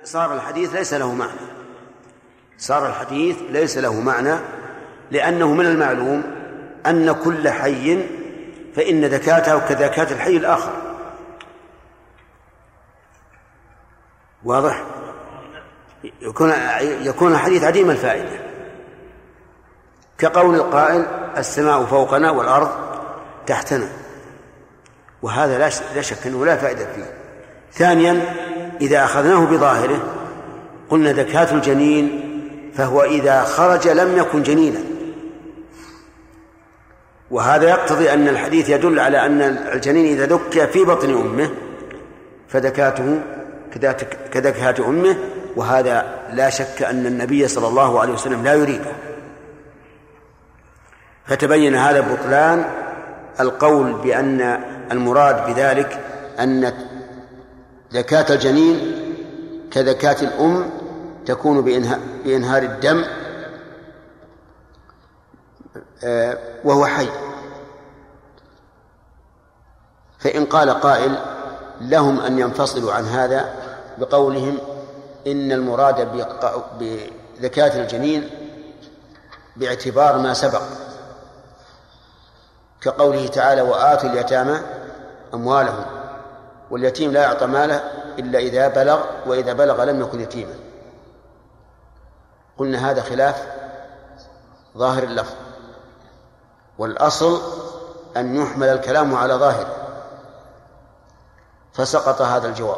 صار الحديث ليس له معنى، صار الحديث ليس له معنى، لأنه من المعلوم أن كل حي فإن ذكاته كذكاة الحي الآخر. واضح؟ يكون الحديث عديم الفائدة، كقول القائل السماء فوقنا والأرض تحتنا، وهذا لا شك أنه لا فائدة فيه. ثانيا، إذا أخذناه بظاهره قلنا ذكاة الجنين، فهو إذا خرج لم يكن جنينا، وهذا يقتضي أن الحديث يدل على أن الجنين إذا ذكى في بطن أمه فذكاته كذكاة أمه، وهذا لا شك أن النبي صلى الله عليه وسلم لا يريده. فتبين هذا بطلان القول بأن المراد بذلك أن ذكاة الجنين كذكاة الأم تكون بإنهار الدم وهو حي. فإن قال قائل لهم أن ينفصلوا عن هذا بقولهم إن المراد بذكاة الجنين باعتبار ما سبق، كقوله تعالى وآتوا اليتامى أموالهم، واليتيم لا يعطى ماله إلا إذا بلغ، وإذا بلغ لم يكن يتيما. قلنا هذا خلاف ظاهر اللفظ، والأصل أن يحمل الكلام على ظاهره، فسقط هذا الجواب.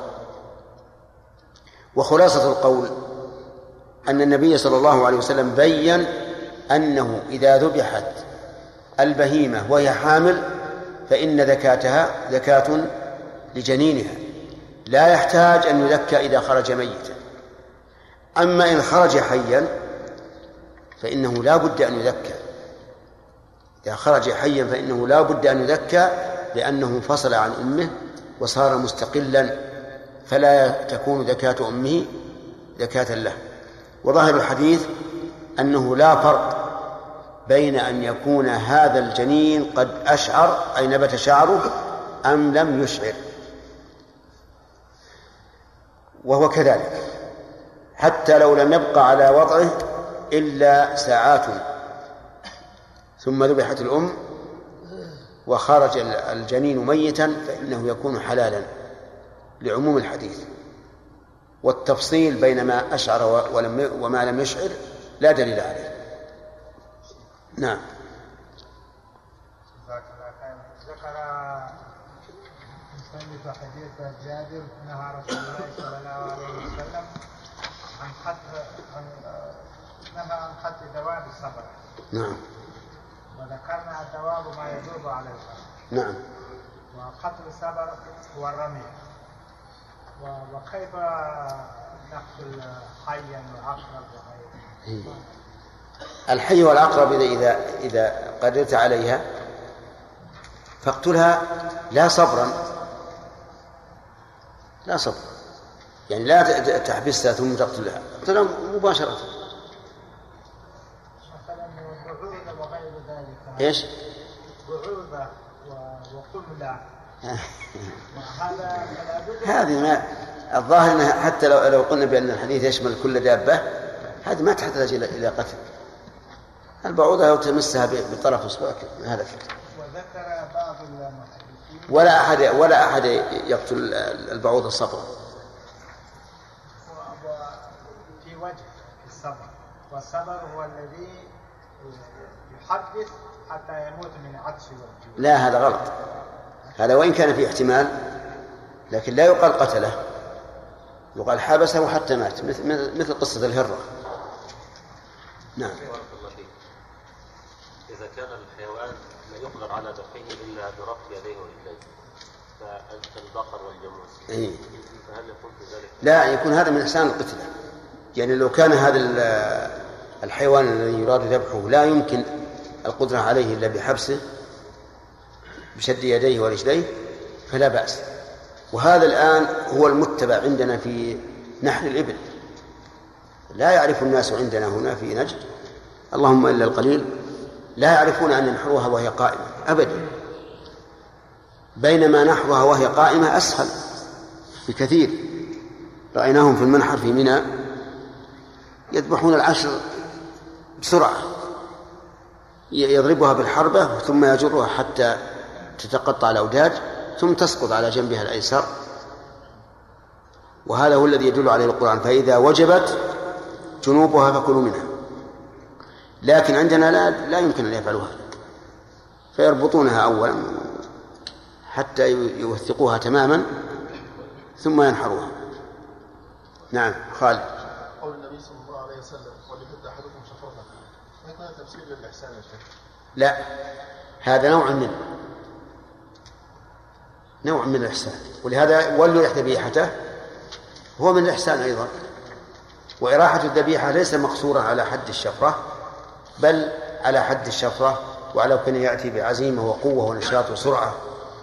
وخلاصة القول أن النبي صلى الله عليه وسلم بيّن أنه إذا ذبحت البهيمة وهي حامل فإن ذكاتها ذكاة لجنينها، لا يحتاج أن يذكى إذا خرج ميتا. أما إن خرج حيا فإنه لا بد أن يذكى، إذا خرج حيا فإنه لا بد أن يذكى، لأنه انفصل عن أمه وصار مستقلا، فلا تكون ذكاة أمه ذكاة له. وظاهر الحديث أنه لا فرق بين أن يكون هذا الجنين قد أشعر أي نبت شعره أم لم يشعر، وهو كذلك حتى لو لم يبقى على وضعه إلا ساعات ثم ذبحت الأم وخرج الجنين ميتا فإنه يكون حلالا لعموم الحديث. والتفصيل بين ما أشعر وما لم يشعر لا دليل عليه. نعم. ذكر مصنف حديث جابر نهى رسول الله صلى الله عليه وسلم عن قتل دواب الصبر. نعم. وذكرنا الدواب ما يدور على الصبر. نعم. وقتل الصبر هو الرمي. وكيف نقتل حيا وعقرب وغيره؟ الحي والعقرب إذا قدرت عليها فاقتلها لا صبرا، لا صبر، يعني لا تحبسها ثم تقتلها، اقتلها مباشرة. مثلا بعوضة وغير ذلك. ايش؟ بعوضة وقملة. هذه ما الظاهر حتى لو قلنا بأن الحديث يشمل كل دابة، هذه ما تحتاج إلى قتل. البعوضة لو تمسها بطرف اصبعك هذا كذا. وذكر بعض المحدثين ولا أحد يقتل البعوضة صبرا. في وجه الصبر، والصبر هو الذي يحدث حتى يموت من عطش والجوع. لا، هذا غلط، هذا وإن كان فيه احتمال لكن لا يقال قتله، يقال حبسه حتى مات، مثل قصة الهرة. نعم. إذا كان الحيوان لا يقدر على ذبحه إلا بربط يديه ورجليه كالبقر والجاموس، فهل يكون في ذلك؟ لا، يكون هذا من إحسان القتلة. يعني لو كان هذا الحيوان الذي يراد ذبحه لا يمكن القدرة عليه إلا بحبسه بشد يديه ورجليه فلا بأس. وهذا الآن هو المتبع عندنا في نحر الإبل، لا يعرف الناس عندنا هنا في نجد اللهم إلا القليل لا يعرفون أن نحروها وهي قائمة أبدا، بينما نحرها وهي قائمة أسهل بكثير. رأيناهم في المنحر في منى يذبحون العشر بسرعة، يضربها بالحربة ثم يجرها حتى تتقطع الأوداج ثم تسقط على جنبها الأيسر، وهذا هو الذي يدل عليه القرآن: فإذا وجبت جنوبها فكلوا منها. لكن عندنا لا يمكن أن يفعلوا هذا، فيربطونها أولا حتى يوثقوها تماما ثم ينحروها. نعم خالد. قول النبي صلى الله عليه وسلم: ولكد أحدكم شفرته، ما كان تفسير للإحسان يا شيخ؟ لا، هذا نوع من الإحسان، ولهذا ولوا ذبيحته هو من الإحسان أيضا. وإراحة الذبيحة ليس مقصورة على حد الشفرة، بل على حد الشفرة، وعلى كان يأتي بعزيمة وقوة ونشاط وسرعة.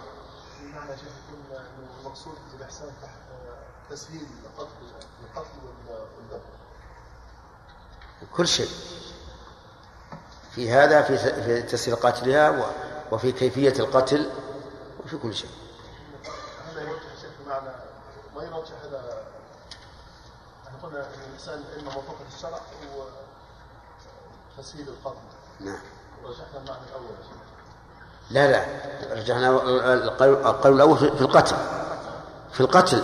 المقصود بالإحسان تسهيل القتل والذبح، كل شيء في هذا، في تسهيل قتلها وفي كيفية القتل وفي كل شيء. هذا يوجه شيء بمعنى ما يرجح هذا. احنا قلنا ان الانسان اما موافقة الشرع هو تسهيل القتل. نعم. ورجحنا المعنى الاول يا شيخ. لا رجعنا القول الأول في القتل.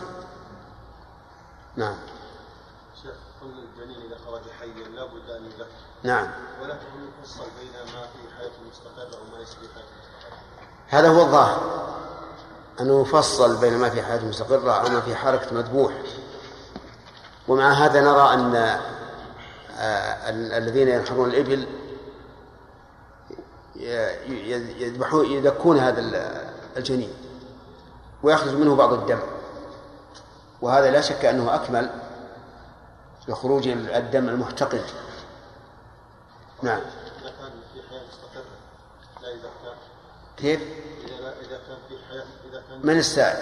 نعم. شيخ قلنا الجنين إذا خرج حيا لا بد أن يذكر. نعم. ولكن يفصل بين ما في حياة مستقرة وما ليس في حياة مستقرة. هذا هو الظاهر، أنه يفصل بين ما في حياة مستقرة أو ما في حركة مذبوح. ومع هذا نرى أن الذين ينحرون الإبل يذكون هذا الجنين ويخرج منه بعض الدم، وهذا لا شك أنه أكمل لخروج الدم المحتقن. نعم. إذا كان في حياة مستقرة لا يذكر. كيف؟ إذا كان في حياة من السائل؟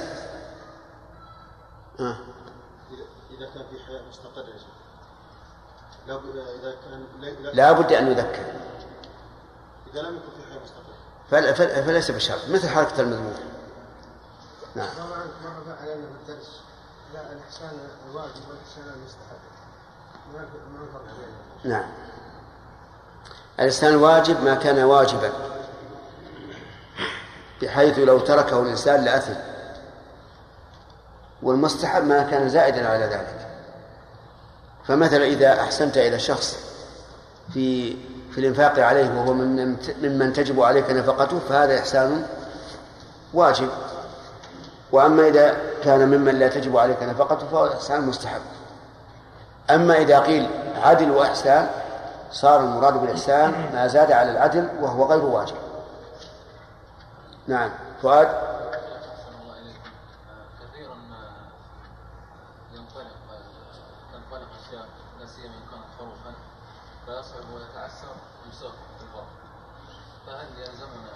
إذا كان في حياة مستقرة لا بد أن يذكر. إذا لم يكن في حياة مستقرة فليس بشرط، مثل حركة المذبوح. نعم. ما علينا بالدرس، لا الإحسان الواجب والإحسان المستحب، ما نفرق بينهم. نعم. الإحسان الواجب ما كان واجبا بحيث لو تركه الإنسان لأثم، والمستحب ما كان زائدا على ذلك. فمثلا إذا أحسنت إلى شخص في الإنفاق عليه وهو ممن تجب عليك نفقته فهذا إحسان واجب، وأما إذا كان ممن لا تجب عليك نفقته فهو إحسان مستحب. أما إذا قيل عدل وإحسان صار المراد بالإحسان ما زاد على العدل وهو غير واجب. نعم. فؤاد. كثيرا ما تنطلق أشياء لا سيما إن كانت خروفا فيصعب ويتعسر إمساكه في البر، فهل يلزمنا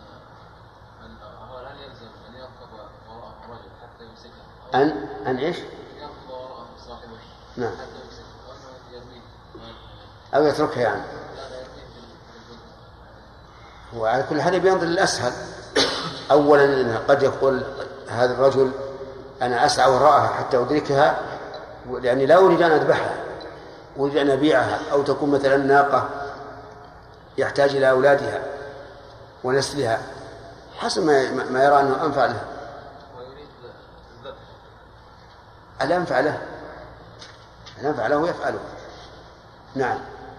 هل يلزم أن يركب وراءه الرجل حتى يمسكه؟ أن إيش؟ يركب وراءه صاحبه. نعم. حتى يمسكه وأنه يرميه أو يتركها يعني. وعلى كل حال بينظر للأسهل. أولا إنه قد يقول هذا الرجل أنا أسعى وراءها حتى أدركها، لأني لا أريد أن أذبحها، أريد أن أبيعها، أو تكون مثلا ناقة يحتاج إلى أولادها ونسلها، حسب ما يرى أنه أنفع له. ويريد الذبح. الأنفع له ويفعله. نعم.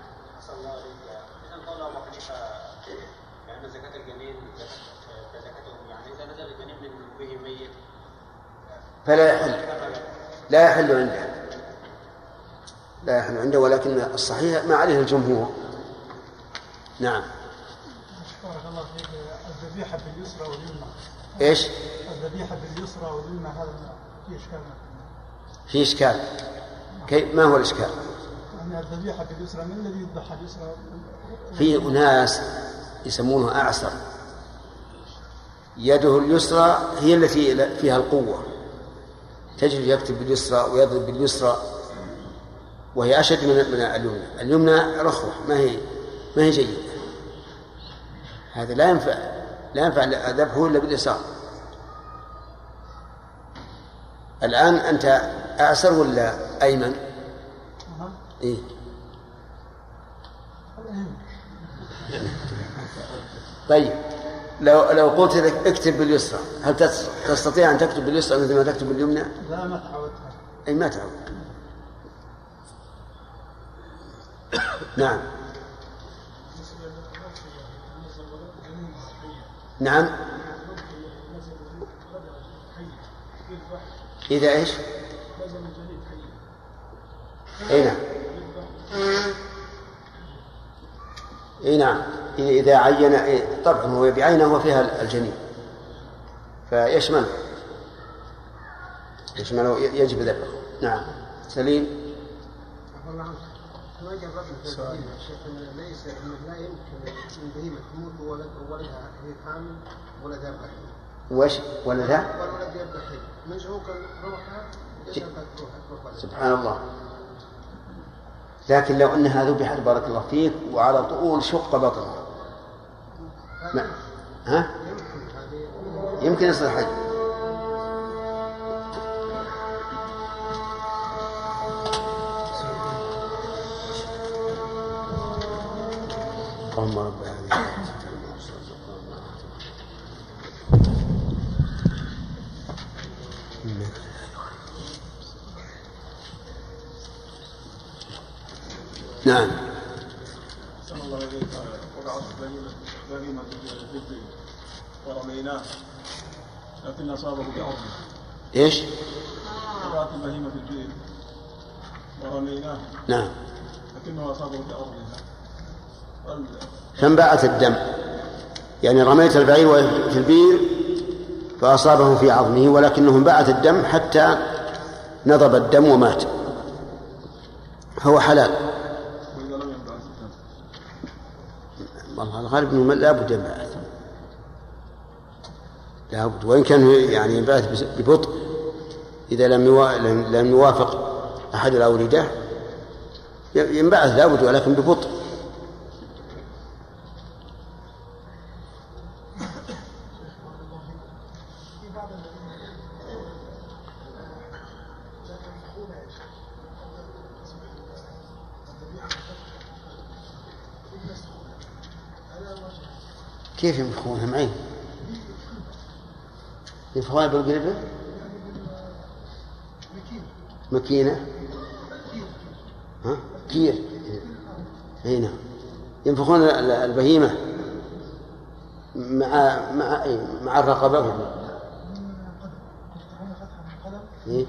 فلا يحل عنده ولكن الصحيح ما عليه الجمهور. نعم. بارك الله فيك. الذبيحة باليسرى واليمنى. ايش؟ الذبيحة باليسرى واليمنى هذا في إشكال. في إشكال. ما هو الإشكال؟ يعني الذبيحة باليسرى، من الذي يذبح اليسرى؟ في أناس يسمونه أعسر، يده اليسرى هي التي فيها القوة، تجد يكتب باليسرى ويضرب باليسرى، وهي أشد من اليمنى. اليمنى رخوة ما هي جيدة. هذا لا ينفع ذبحه إلا باليسار. الآن أنت أعسر ولا أيمن؟ إيه؟ طيب لو قلت لك اكتب باليسرى هل تستطيع أن تكتب باليسرى مثل ما تكتب باليمنى؟ لا ما تعودتها. أي ما تعود. نعم نعم. إذا إيش؟ أي نعم. أي نعم. إذا عين طبعا هو بعينه وفيها الجنين فيشمل يجب ذبحه. نعم. سليم. ما جربنا في البهيمة شيخ ليس لا يمكن من بهيمة تموت ولدها هي حامل ولدها بحي. وش ولدها؟ والولد يبقى حي. مجهوك روحها يشبك روحها. سبحان الله. لكن لو أنها ذبحت بارك الله فيك وعلى طول شق بطنها ها؟ يمكن يصير حي. اللهم رب هذه نعم. صلى الله عليه وسلم وقعت بهيمة الفيل ورميناه لكن أصابه بعظمه. إيش؟ وقعت بهيمة الفيل ورميناه. نعم. لكنه أصابه بعظمه. فانبعث الدم يعني رميت البعير في البير فأصابه في عظمه ولكنه انبعث الدم حتى نضب الدم ومات هو حلال. والله الغالب انه لا بد ينبعث لا بد وان كان يعني ينبعث ببطء اذا لم يوافق احد الاورده ينبعث لا بد ولكن ببطء. كيف ينفخونها معين؟ ينفخونها بالقلبة؟ مكينة؟ ها؟ كير؟ هنا ينفخون البهيمة مع الرقبة. إيه؟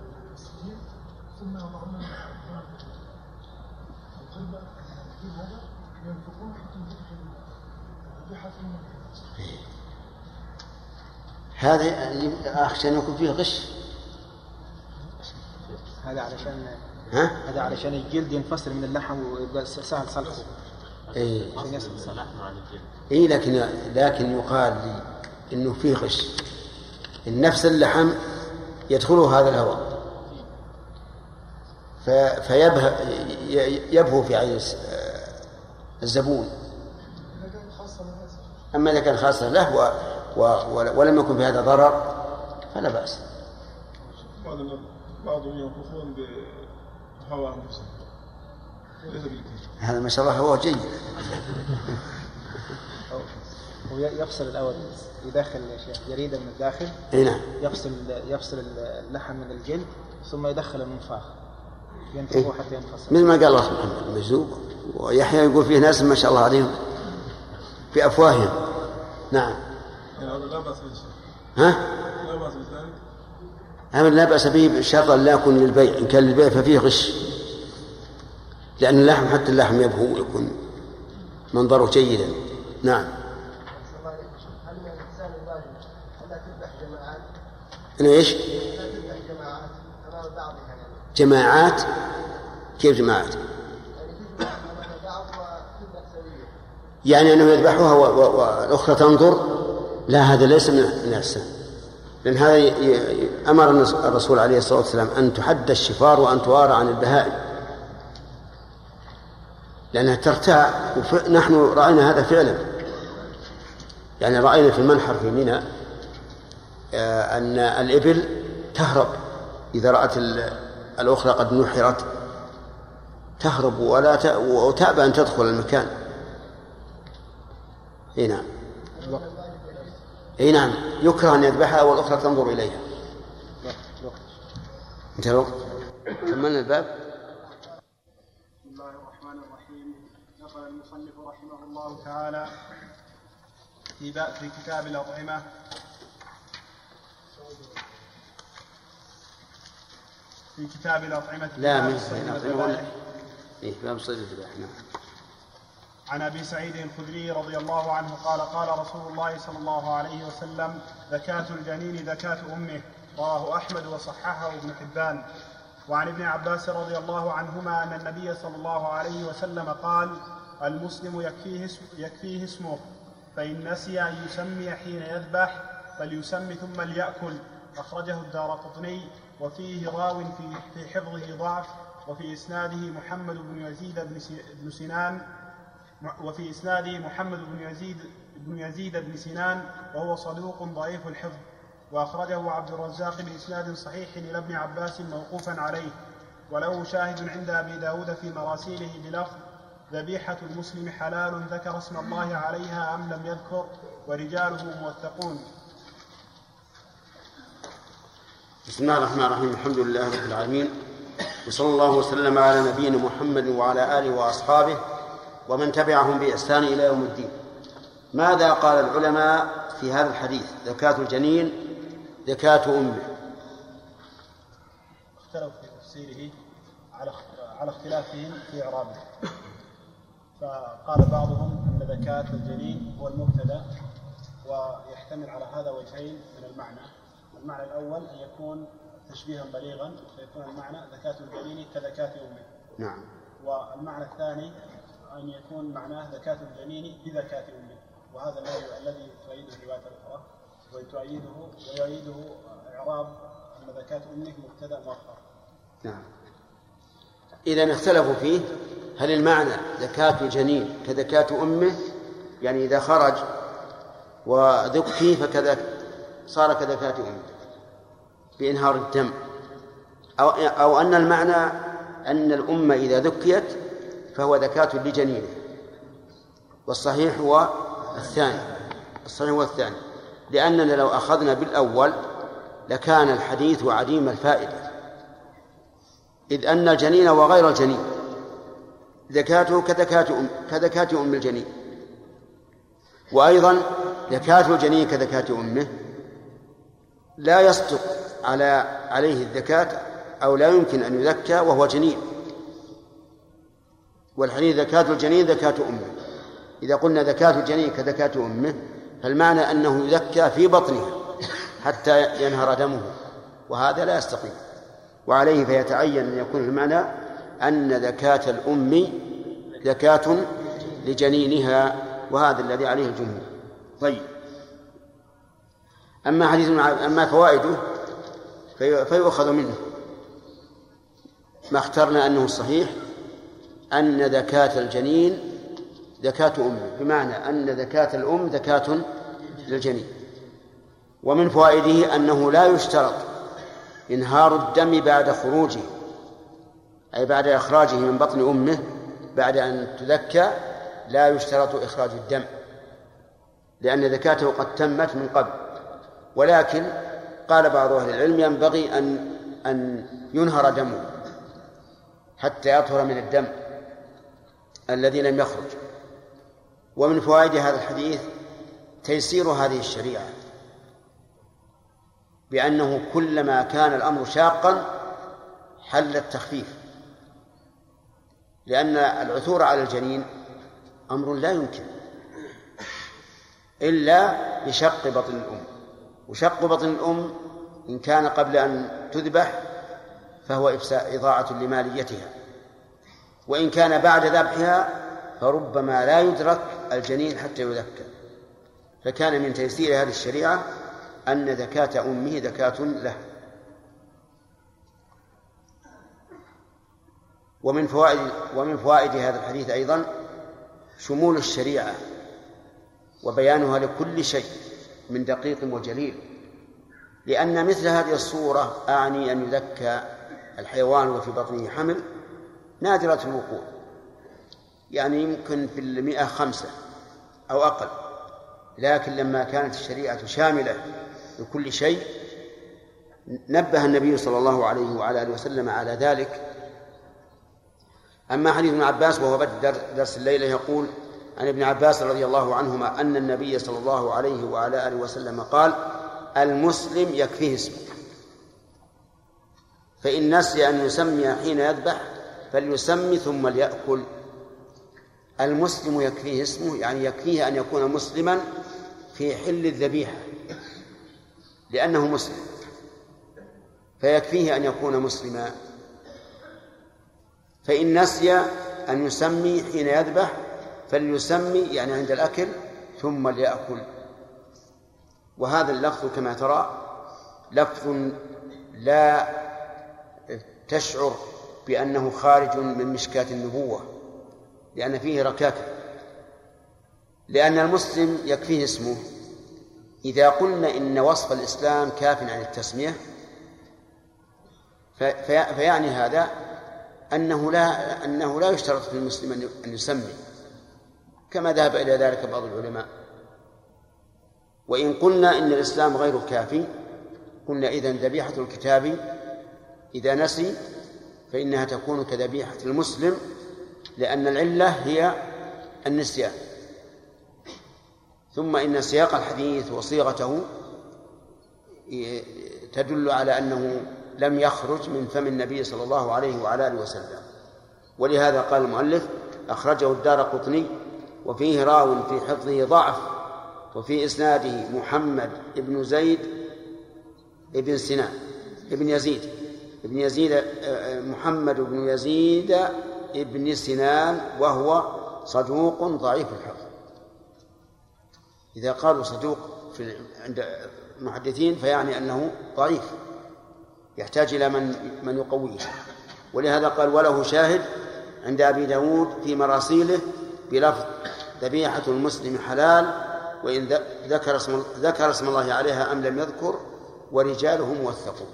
هذا أخشى أن يكون فيه غش. هذا علشان الجلد ينفصل من اللحم ويبقى سهل صلحه. إيه لكن يقال لي إنه فيه غش. النفس اللحم يدخله هذا الهواء فيبهو في عين الزبون. أما إذا كان خاصة له ولم يكن في هذا ضرر فلا بأس. بعضهم ينفخون بهواء أنفسهم. هذا ما شاء الله هو جيد. ويفصل الأول يدخل جريدة من الداخل. نعم. يفصل اللحم من الجلد ثم يدخل المنفاخ ينفخه حتى ينفصل. مثل ما قال الله سبحانه المجذوب ويحيى يقول فيه ناس ما شاء الله عليهم في أفواههم. نعم. لا بأس ها؟ لا بأس به بشرط لا يكون للبيع. إن كان للبيع ففيه غش لأن اللحم حتى اللحم يبهو ويكون منظره جيدا. نعم. هل من الإنسان الواجب ألا تذبح جماعات؟ إيش؟ لا تذبح جماعات أمام بعضها يعني. جماعات؟ كيف جماعات؟ يعني تذبح أمام بعض وتذبح سوية. يعني أنه يذبحها والأخرى تنظر؟ لا هذا ليس من الإحسان لأن هذا أمر الرسول عليه الصلاة والسلام أن تحد الشفار وأن توارى عن البهائم لأنها ترتاع. ونحن رأينا هذا فعلا يعني رأينا في المنحر في منى أن الإبل تهرب إذا رأت الأخرى قد نحرت تهرب وتأبى أن تدخل المكان. نعم. نعم، يكره أن يذبحها والأخرى تنظر إليها. انتهى الوقت. كملنا الباب. بسم الله الرحمن الرحيم. نقل المصنف رحمه الله تعالى في كتاب الأطعمة لا من باب صيد الذبائح. عن أبي سعيد الخدري رضي الله عنه قال قال رسول الله صلى الله عليه وسلم: زكاة الجنين زكاة أمه. رواه أحمد وصححه ابن حبان. وعن ابن عباس رضي الله عنهما أن النبي صلى الله عليه وسلم قال: المسلم يكفيه اسمه، فإن نسي أن يسمي حين يذبح فليسمي ثم ليأكل. أخرجه الدارقطني. وفيه راو في حفظه ضعف، وفي إسناده محمد بن يزيد بن سنان وهو صدوق ضعيف الحفظ. وأخرجه عبد الرزاق بإسناد صحيح إلى ابن عباس موقوفا عليه. وله شاهد عند أبي داود في مراسيله بلفظ: ذبيحة المسلم حلال ذكر اسم الله عليها أم لم يذكر، ورجاله موثقون. بسم الله الرحمن الرحيم. الحمد لله رب العالمين، وصلى الله وسلم على نبينا محمد وعلى آله وأصحابه ومن تبعهم بإحسان إلى يوم الدين. ماذا قال العلماء في هذا الحديث؟ زكاة الجنين زكاة أمه. اختلفوا في تفسيره على اختلافهم في إعرابه. فقال بعضهم أن زكاة الجنين هو المبتدأ، ويحتمل على هذا وجهين من المعنى. المعنى الأول أن يكون تشبيها بليغا، فيكون المعنى زكاة الجنين كزكاة أمه. نعم. والمعنى الثاني أن يكون معناه زكاة الجنين بزكاة أمه، وهذا الذي تؤيده الرواية الأخرى ويؤيده إعراب أن زكاة أمه مبتدأ مؤخر. نعم. إذا اختلفوا فيه هل المعنى زكاة الجنين كزكاة أمه، يعني إذا خرج وذكي فكذا صار كزكاة أمه بإنهار الدم، أو أن المعنى أن الأمة إذا ذكيت فهو زكاة لجنينه. والصحيح هو الثاني، لأننا لو أخذنا بالأول لكان الحديث عديم الفائدة، إذ أن الجنين وغير الجنين زكاته كزكاة أم الجنين، وأيضا زكاة الجنين كزكاة أمه لا يصدق عليه الزكاة، أو لا يمكن أن يزكى وهو جنين. والحديث زكاة الجنين زكاة أمه، إذا قلنا زكاة الجنين كزكاة أمه فالمعنى أنه يزكى في بطنها حتى ينهر دمه، وهذا لا يستقيم. وعليه فيتعين أن يكون المعنى أن زكاة الأم زكاة لجنينها، وهذا الذي عليه الجمهور. طيب، أما فوائده فيؤخذ منه ما اخترنا أنه الصحيح، أن زكاة الجنين زكاة أمه، بمعنى أن زكاة الأم زكاة للجنين. ومن فوائده أنه لا يشترط إنهار الدم بعد خروجه، أي بعد إخراجه من بطن أمه بعد أن تذكى، لا يشترط إخراج الدم، لأن زكاته قد تمت من قبل. ولكن قال بعض أهل العلم ينبغي أن ينهر دمه حتى يطهر من الدم الذي لم يخرج. ومن فوائد هذا الحديث تيسير هذه الشريعة، بأنه كلما كان الأمر شاقا حل التخفيف، لأن العثور على الجنين أمر لا يمكن إلا بشق بطن الأم، وشق بطن الأم إن كان قبل أن تذبح فهو إضاعة لماليتها، وإن كان بعد ذبحها فربما لا يدرك الجنين حتى يذكى. فكان من تيسير هذه الشريعة أن زكاة أمه زكاة له. ومن فوائد هذا الحديث أيضا شمول الشريعة وبيانها لكل شيء من دقيق وجليل، لأن مثل هذه الصورة أعني أن يذكى الحيوان وفي بطنه حمل نادرة الوقوع، يعني يمكن في 100 5 أو أقل. لكن لما كانت الشريعة شاملة لكل شيء نبه النبي صلى الله عليه وعلى آله وسلم على ذلك. أما حديث ابن عباس وهو بدء درس الليلة يقول عن ابن عباس رضي الله عنهما أن النبي صلى الله عليه وعلى آله وسلم قال: المسلم يكفيه اسمه، فإن نسي أن يسمي حين يذبح فليسمي ثم ليأكل. المسلم يكفيه اسمه، يعني يكفيه أن يكون مسلما في حل الذبيحة لأنه مسلم، فيكفيه أن يكون مسلما. فإن نسي أن يسمي حين يذبح فليسمي، يعني عند الأكل، ثم ليأكل. وهذا اللفظ كما ترى لفظ لا تشعر بأنه خارج من مشكاة النبوة، لأن فيه ركاكة، لأن المسلم يكفيه اسمه. إذا قلنا إن وصف الإسلام كاف عن التسمية فيعني هذا أنه لا يشترط في المسلم أن يسمي، كما ذهب إلى ذلك بعض العلماء. وإن قلنا إن الإسلام غير كافي قلنا إذن ذبيحة الكتاب إذا نسي فإنها تكون كذبيحة المسلم، لأن العلة هي النسيان. ثم إن سياق الحديث وصيغته تدل على أنه لم يخرج من فم النبي صلى الله عليه وعلى آله وسلم. ولهذا قال المؤلف: أخرجه الدارقطني وفيه راو في حفظه ضعف، وفي إسناده محمد بن زيد ابن سنان ابن يزيد محمد بن يزيد ابن سنان، وهو صدوق ضعيف الحفظ. إذا قالوا صدوق عند المحدثين فيعني أنه ضعيف يحتاج إلى من يقويه. ولهذا قال: وله شاهد عند أبي داود في مراسيله بلفظ: ذبيحة المسلم حلال وإن ذكر اسم الله عليها أم لم يذكر ورجاله موثقون.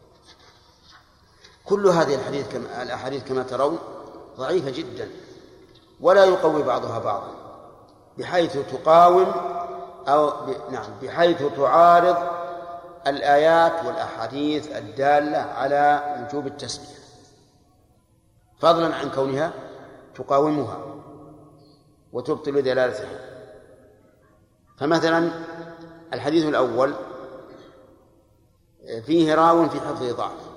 كل هذه الأحاديث كما ترون ضعيفة جدا، ولا يقوي بعضها بعضا، بحيث تقاوم بحيث تعارض الآيات والأحاديث الدالة على وجوب التسمية، فضلا عن كونها تقاومها وتبطل دلالتها. فمثلا الحديث الأول فيه راو في حفظه ضعف،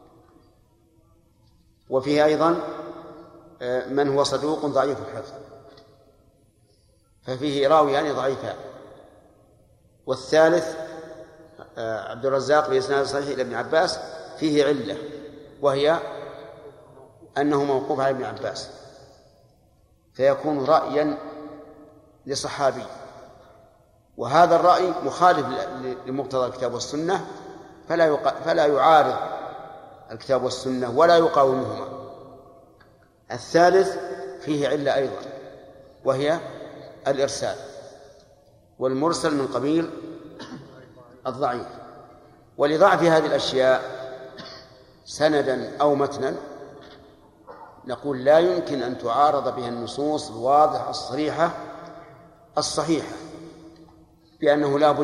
وفيه أيضا من هو صدوق ضعيف الحفظ، ففيه راويان ضعيفان. والثالث عبد الرزاق بإسناد صحيح إلى ابن عباس فيه علة، وهي أنه موقوف على ابن عباس، فيكون رأيا لصحابي، وهذا الرأي مخالف لمقتضى الكتاب والسنة، فلا يعارض الكتاب والسنة ولا يقاومهما. الثالث فيه علة أيضا، وهي الإرسال، والمرسل من قبيل الضعيف. ولضعف هذه الأشياء سندا أو متنا نقول لا يمكن أن تعارض بها النصوص الواضحة الصريحة الصحيحة، بأنه لا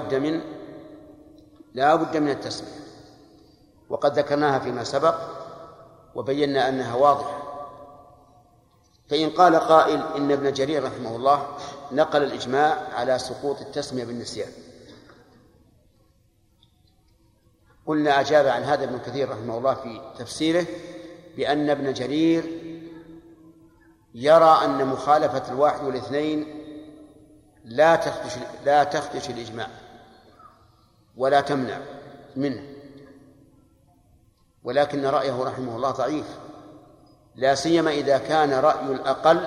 بد من التسمية، وقد ذكرناها فيما سبق وبينا أنها واضحة. فإن قال قائل إن ابن جرير رحمه الله نقل الإجماع على سقوط التسمية بالنسيان، قلنا أجاب عن هذا ابن كثير رحمه الله في تفسيره بأن ابن جرير يرى أن مخالفة الواحد والاثنين لا تخدش الإجماع ولا تمنع منه، ولكن رأيه رحمه الله ضعيف، لا سيما إذا كان رأي الأقل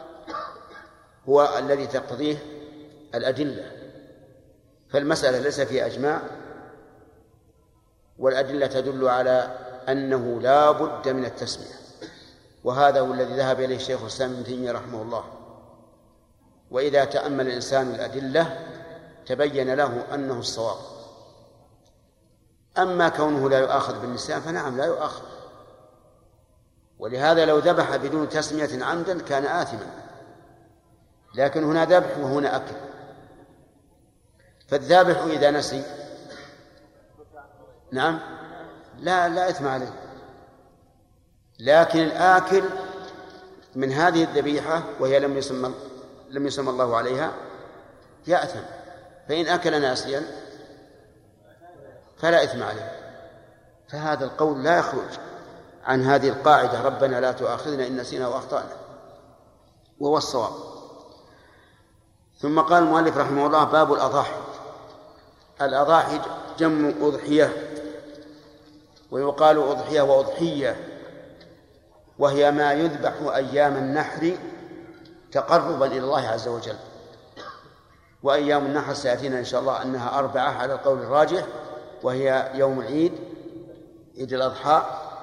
هو الذي تقتضيه الأدلة. فالمسألة ليس فيها إجماع، والأدلة تدل على أنه لا بد من التسمية، وهذا هو الذي ذهب إليه الشيخ الإسلام ابن تيمية رحمه الله. وإذا تأمل الإنسان الأدلة تبين له أنه الصواب. أما كونه لا يؤاخذ بالنسيان فنعم لا يؤاخذ، ولهذا لو ذبح بدون تسمية عمدا كان آثما، لكن هنا ذبح وهنا أكل. فالذابح إذا نسي نعم لا إثم عليه، لكن الآكل من هذه الذبيحة وهي لم يسمى الله عليها يأثم، فإن أكل ناسيا فلا إثم عليه. فهذا القول لا يخرج عن هذه القاعدة ربنا لا تؤاخذنا إن نسينا وأخطأنا، وهو الصواب. ثم قال المؤلف رحمه الله: باب الأضاحي. الأضاحي جمع أضحية، ويقال أضحية وأضحية، وهي ما يذبح أيام النحر تقربا إلى الله عز وجل. وأيام النحر سيأتينا إن شاء الله أنها 4 على القول الراجح، وهي يوم العيد، عيد الأضحى،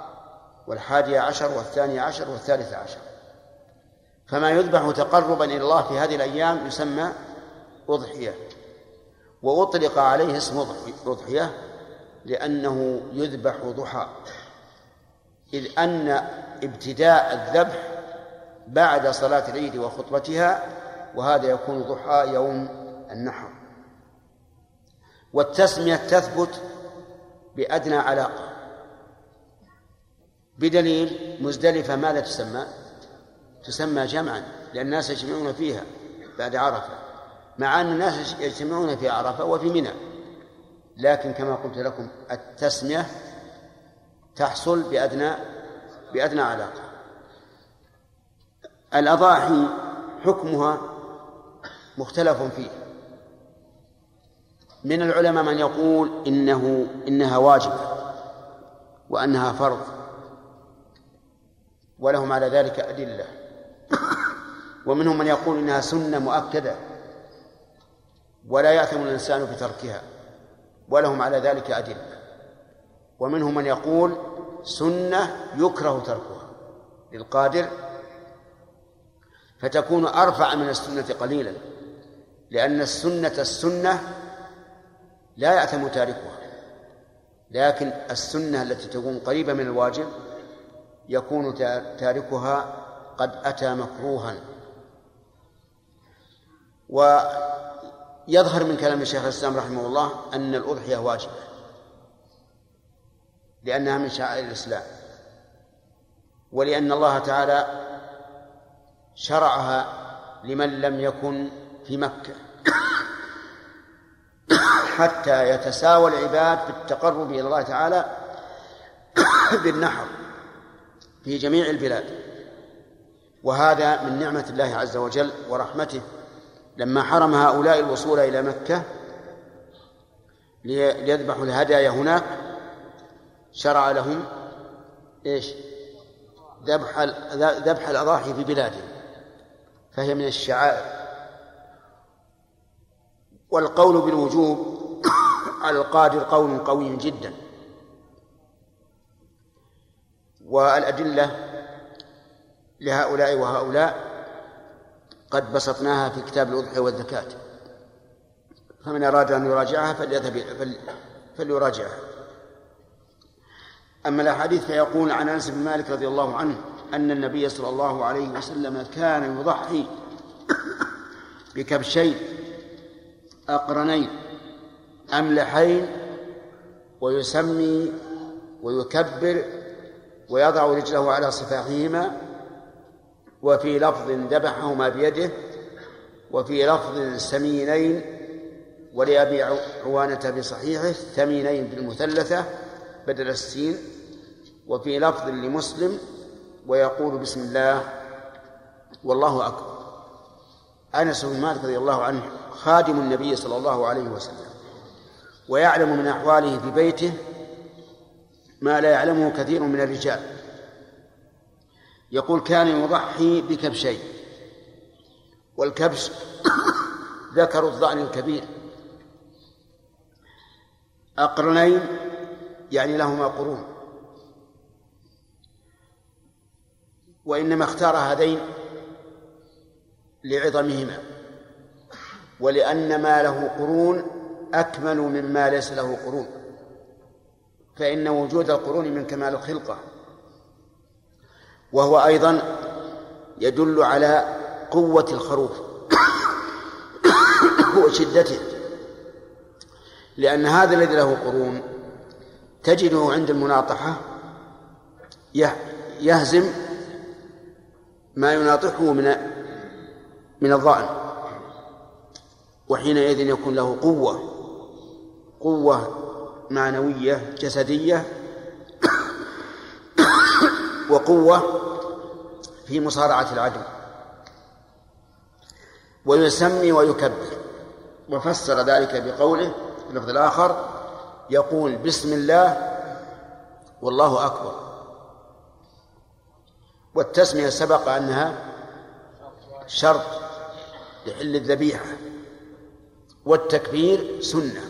11 و12 و13. فما يذبح تقربا إلى الله في هذه الأيام يسمى أضحية، وأطلق عليه اسم أضحية لأنه يذبح ضحى، إذ أن ابتداء الذبح بعد صلاة العيد وخطبتها، وهذا يكون ضحى يوم النحر. والتسمية تثبت بأدنى علاقة، بدليل مزدلفة ماذا تسمى؟ تسمى جمعا، لأن الناس يجتمعون فيها بعد عرفة، مع أن الناس يجتمعون في عرفة وفي منى، لكن كما قلت لكم التسمية تحصل بأدنى علاقة. الأضاحي حكمها مختلف فيه، من العلماء من يقول إنها واجبة وأنها فرض، ولهم على ذلك أدلة، ومنهم من يقول إنها سنة مؤكدة ولا يأثم الإنسان بتركها، ولهم على ذلك أدلة، ومنهم من يقول سنة يكره تركها للقادر، فتكون أرفع من السنة قليلا، لأن السنة لا يأثم تاركها، لكن السنة التي تكون قريبة من الواجب يكون تاركها قد أتى مكروها. ويظهر من كلام الشيخ الإسلام رحمه الله أن الأضحية واجبة لأنها من شعائر الإسلام، ولأن الله تعالى شرعها لمن لم يكن في مكة حتى يتساوى العباد في التقرب إلى الله تعالى بالنحر في جميع البلاد. وهذا من نعمة الله عز وجل ورحمته، لما حرم هؤلاء الوصول إلى مكة ليذبحوا الهدايا هناك شرع لهم ذبح الأضاحي في بلادهم، فهي من الشعائر. والقول بالوجوب على القادر قول قوي جدا، والأدلة لهؤلاء وهؤلاء قد بسطناها في كتاب الأضحية والزكاة، فمن أراد أن يراجعها فليراجعها. أما الأحاديث فيقول عن أنس بن مالك رضي الله عنه أن النبي صلى الله عليه وسلم كان يضحي بكبشين أقرنين أملحين، ويسمي ويكبر ويضع رجله على صفاحهما، وفي لفظ ذبحهما بيده، وفي لفظ سمينين، ولأبي عوانة بصحيحه ثمينين بالمثلثة بدل السين، وفي لفظ لمسلم ويقول بسم الله والله أكبر. أنس بن مالك رضي الله عنه خادم النبي صلى الله عليه وسلم، ويعلم من أحواله في بيته ما لا يعلمه كثير من الرجال. يقول كان يضحي بكبشين، والكبش ذكر الضأن الكبير، أقرنين يعني لهما قرون، وإنما اختار هذين لعظمهما، ولأن ما له قرون أكمل مما ليس له قرون، فإن وجود القرون من كمال الخلقة، وهو أيضا يدل على قوة الخروف وشدته، لأن هذا الذي له قرون تجده عند المناطحة يهزم ما يناطحه من الظأن، وحينئذ يكون له قوة معنوية جسدية وقوة في مصارعة العدو، ويسمي ويكبر. وفسر ذلك بقوله في اللفظ الآخر يقول بسم الله والله أكبر. والتسمية سبق أنها شرط لحل الذبيحة، والتكبير سنة،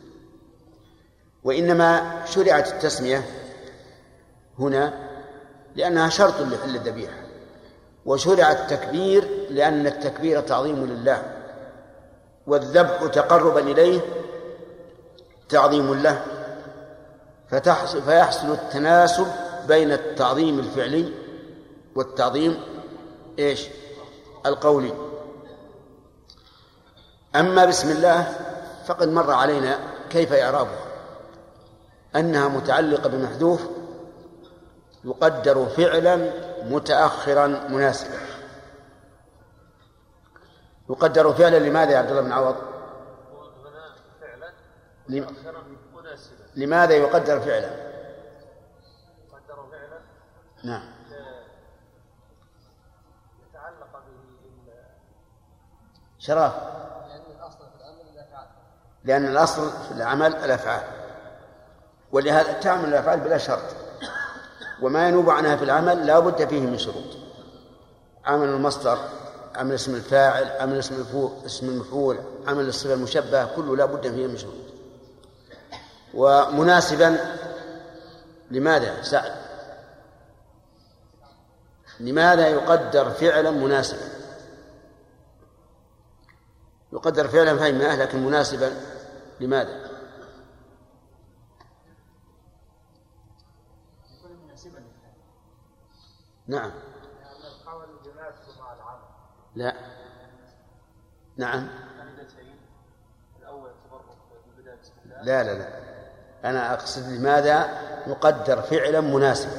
وإنما شرعت التسمية هنا لأنها شرط لحل الذبيحة، وشرع التكبير لأن التكبير تعظيم لله، والذبح تقربا إليه تعظيم له، فيحصل التناسب بين التعظيم الفعلي والتعظيم القولي. أما بسم الله فقد مر علينا كيف إعرابها، أنها متعلقة بمحذوف يقدر فعلا متأخرا مناسبا. يقدر فعلا لماذا يا عبد الله بن عوض؟ لماذا يقدر فعلا؟ نعم، يتعلق به شرف، لأن الأصل في العمل الأفعال، ولهذا تعمل الأفعال بلا شرط، وما ينوب عنها في العمل لا بد فيه من شروط. عمل المصدر، عمل اسم الفاعل، عمل اسم المفعول، عمل الصفة المشبهة، كله لا بد فيه من شروط. ومناسبا لماذا سعد؟ لماذا يقدر فعلا مناسبا؟ يقدر فعلا فهمناه، لكن مناسبا لماذا؟ نعم، لا، نعم، لا لا لا، أنا أقصد لماذا يقدر فعلا مناسبا؟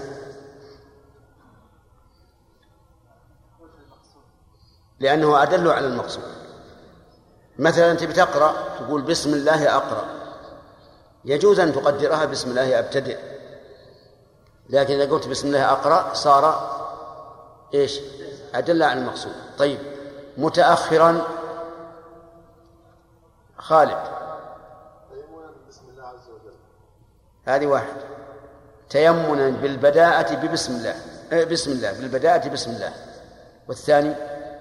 لأنه أدل على المقصود. مثلا أنت بتقرأ تقول بسم الله أقرأ، يجوز أن تقدرها بسم الله أبتدئ، لكن إذا قلت بسم الله أقرأ صار أدل على المقصود. طيب، متأخرا خالد، بسم الله عز وجل، هذه واحد. تيمنا بالبداءة ببسم الله، بسم الله، بالبداءة بسم الله. والثاني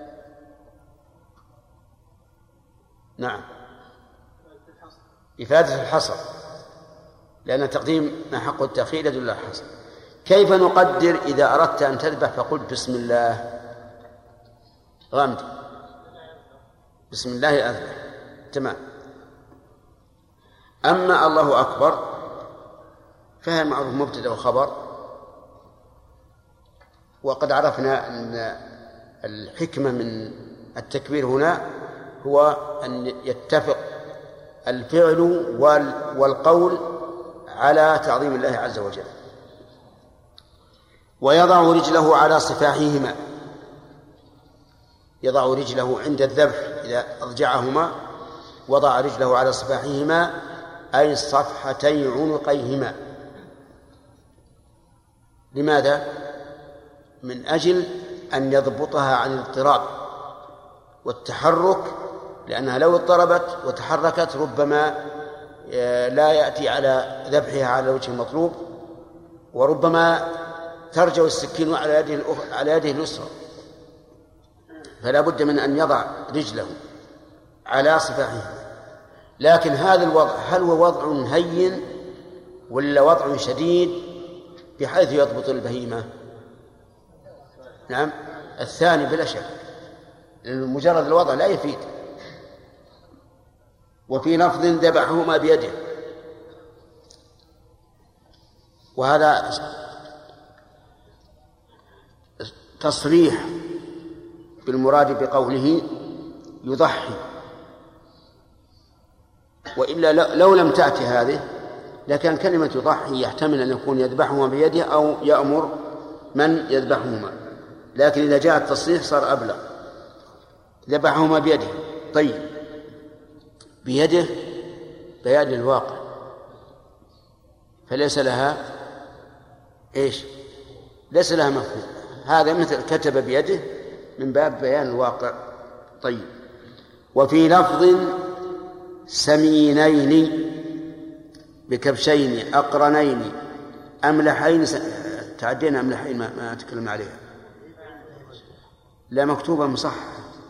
نعم، إفادة الحصر، لأن تقديم ما حق التأخير يدل على الحصر. كيف نقدر إذا أردت أن تذبح فقلت بسم الله؟ غامدي، بسم الله أذبح، تمام. أما الله أكبر فهي معروف مبتدأ وخبر، وقد عرفنا أن الحكمة من التكبير هنا هو أن يتفق الفعل والقول على تعظيم الله عز وجل. ويضع رجله على صفاحهما، يضع رجله عند الذبح إذا أضجعهما وضع رجله على صفاحهما أي صفحتي عنقيهما. لماذا؟ من أجل أن يضبطها عن الاضطراب والتحرك، لأنها لو اضطربت وتحركت ربما لا يأتي على ذبحها على وجه المطلوب، وربما ترجع السكين على يده اليسرى، فلا بد من أن يضع رجله على صفاحه. لكن هذا الوضع هل هو وضع هين ولا وضع شديد بحيث يضبط البهيمة؟ نعم، الثاني بلا شك، مجرد الوضع لا يفيد. وفي لفظ ذبحهما بيده، وهذا تصريح بالمراد بقوله يضحي، وإلا لو لم تأتي هذه لكن كلمة يضحي يحتمل أن يكون يذبحهما بيده أو يأمر من يذبحهما، لكن إذا جاء التصريح صار أبلغ، ذبحهما بيده. طيب بيده بيان للواقع، فليس لها إيش؟ ليس لها مفهوم، هذا مثل كتب بيده من باب بيان الواقع. طيب وفي لفظ سمينين بكبشين أقرنين أملحين، تعدينا أملحين ما تكلمنا عليها، لا مكتوبة مصحح،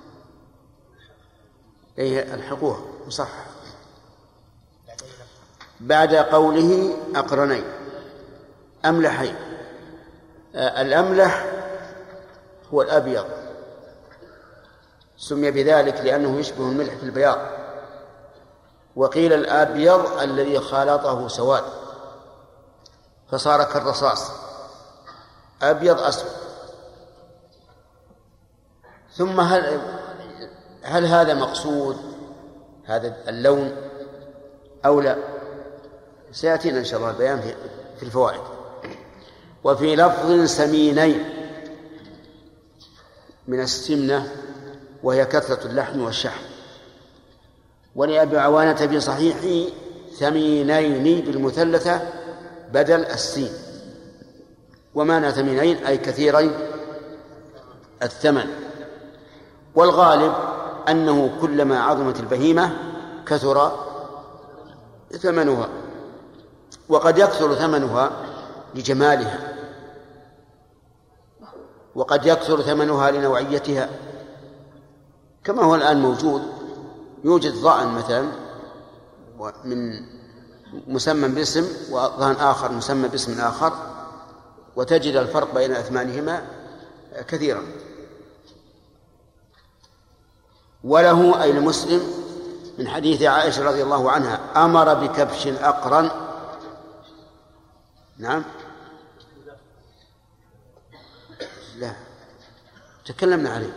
أي الحقوها مصحح بعد قوله أقرنين أملحين. الأملح هو الأبيض، سمي بذلك لأنه يشبه الملح في البياض، وقيل الأبيض الذي خالطه سواد فصار كالرصاص أبيض أسود. ثم هل هذا مقصود هذا اللون أو لا؟ سيأتينا إن شاء الله البيان في الفوائد. وفي لفظ سمينين من السمنة وهي كثرة اللحم والشحم، ولأبي عوانة في صحيحه ثمينين بالمثلثة بدل السين، ومعنى ثمينين أي كثيرين الثمن، والغالب أنه كلما عظمت البهيمة كثر ثمنها، وقد يكثر ثمنها لجمالها، وقد يكثر ثمنها لنوعيتها، كما هو الآن موجود، يوجد ضأن مثلا من مسمى باسم وضأن آخر مسمى باسم آخر، وتجد الفرق بين أثمانهما كثيرا. وله أي المسلم من حديث عائشة رضي الله عنها أمر بكبش أقرن. نعم لا تكلمنا عليه،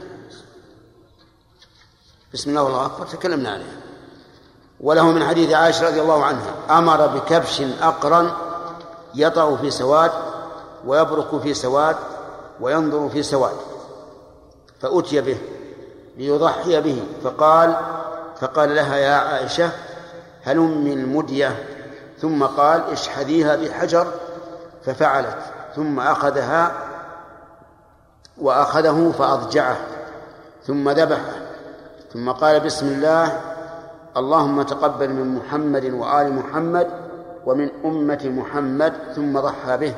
بسم الله والله أكبر تكلمنا عليه. وله من حديث عائشة رضي الله عنها أمر بكبش أقرن يطأ في سواد ويبرك في سواد وينظر في سواد، فأتي به ليضحي به، فقال لها يا عائشة هلم المدية، ثم قال اشحذيها بحجر، ففعلت، ثم أخذه فأضجعه، ثم ذبحه، ثم قال بسم الله اللهم تقبل من محمد وآل محمد ومن أمة محمد، ثم ضحى به.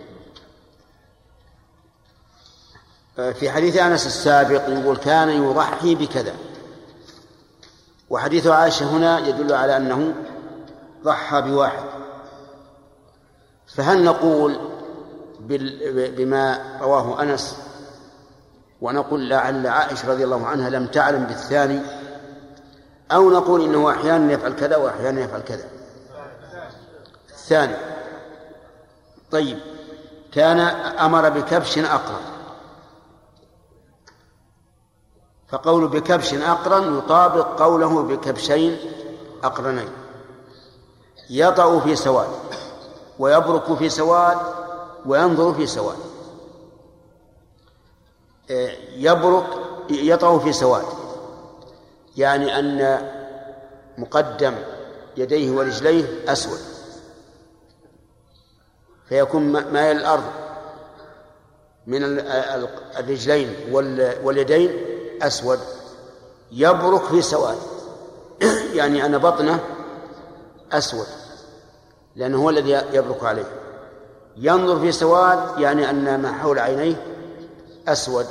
في حديث أنس السابق يقول كان يضحي بكذا، وحديث عائشة هنا يدل على أنه ضحى بواحد. فهل نقول بما رواه أنس ونقول لعل عائشة رضي الله عنها لم تعلم بالثاني، أو نقول إنه أحيانا يفعل كذا وأحيانا يفعل كذا؟ الثاني. طيب كان أمر بكبش أقرن، فقول بكبش أقرن يطابق قوله بكبشين أقرنين، يطأ في سواد ويبرك في سواد وينظر في سواد. يطأ في سواد يعني أن مقدم يديه ورجليه أسود، فيكون مايل الأرض من الرجلين واليدين أسود. يبرك في سواد يعني أن بطنه أسود لأنه هو الذي يبرك عليه. ينظر في سواد يعني أن ما حول عينيه أسود.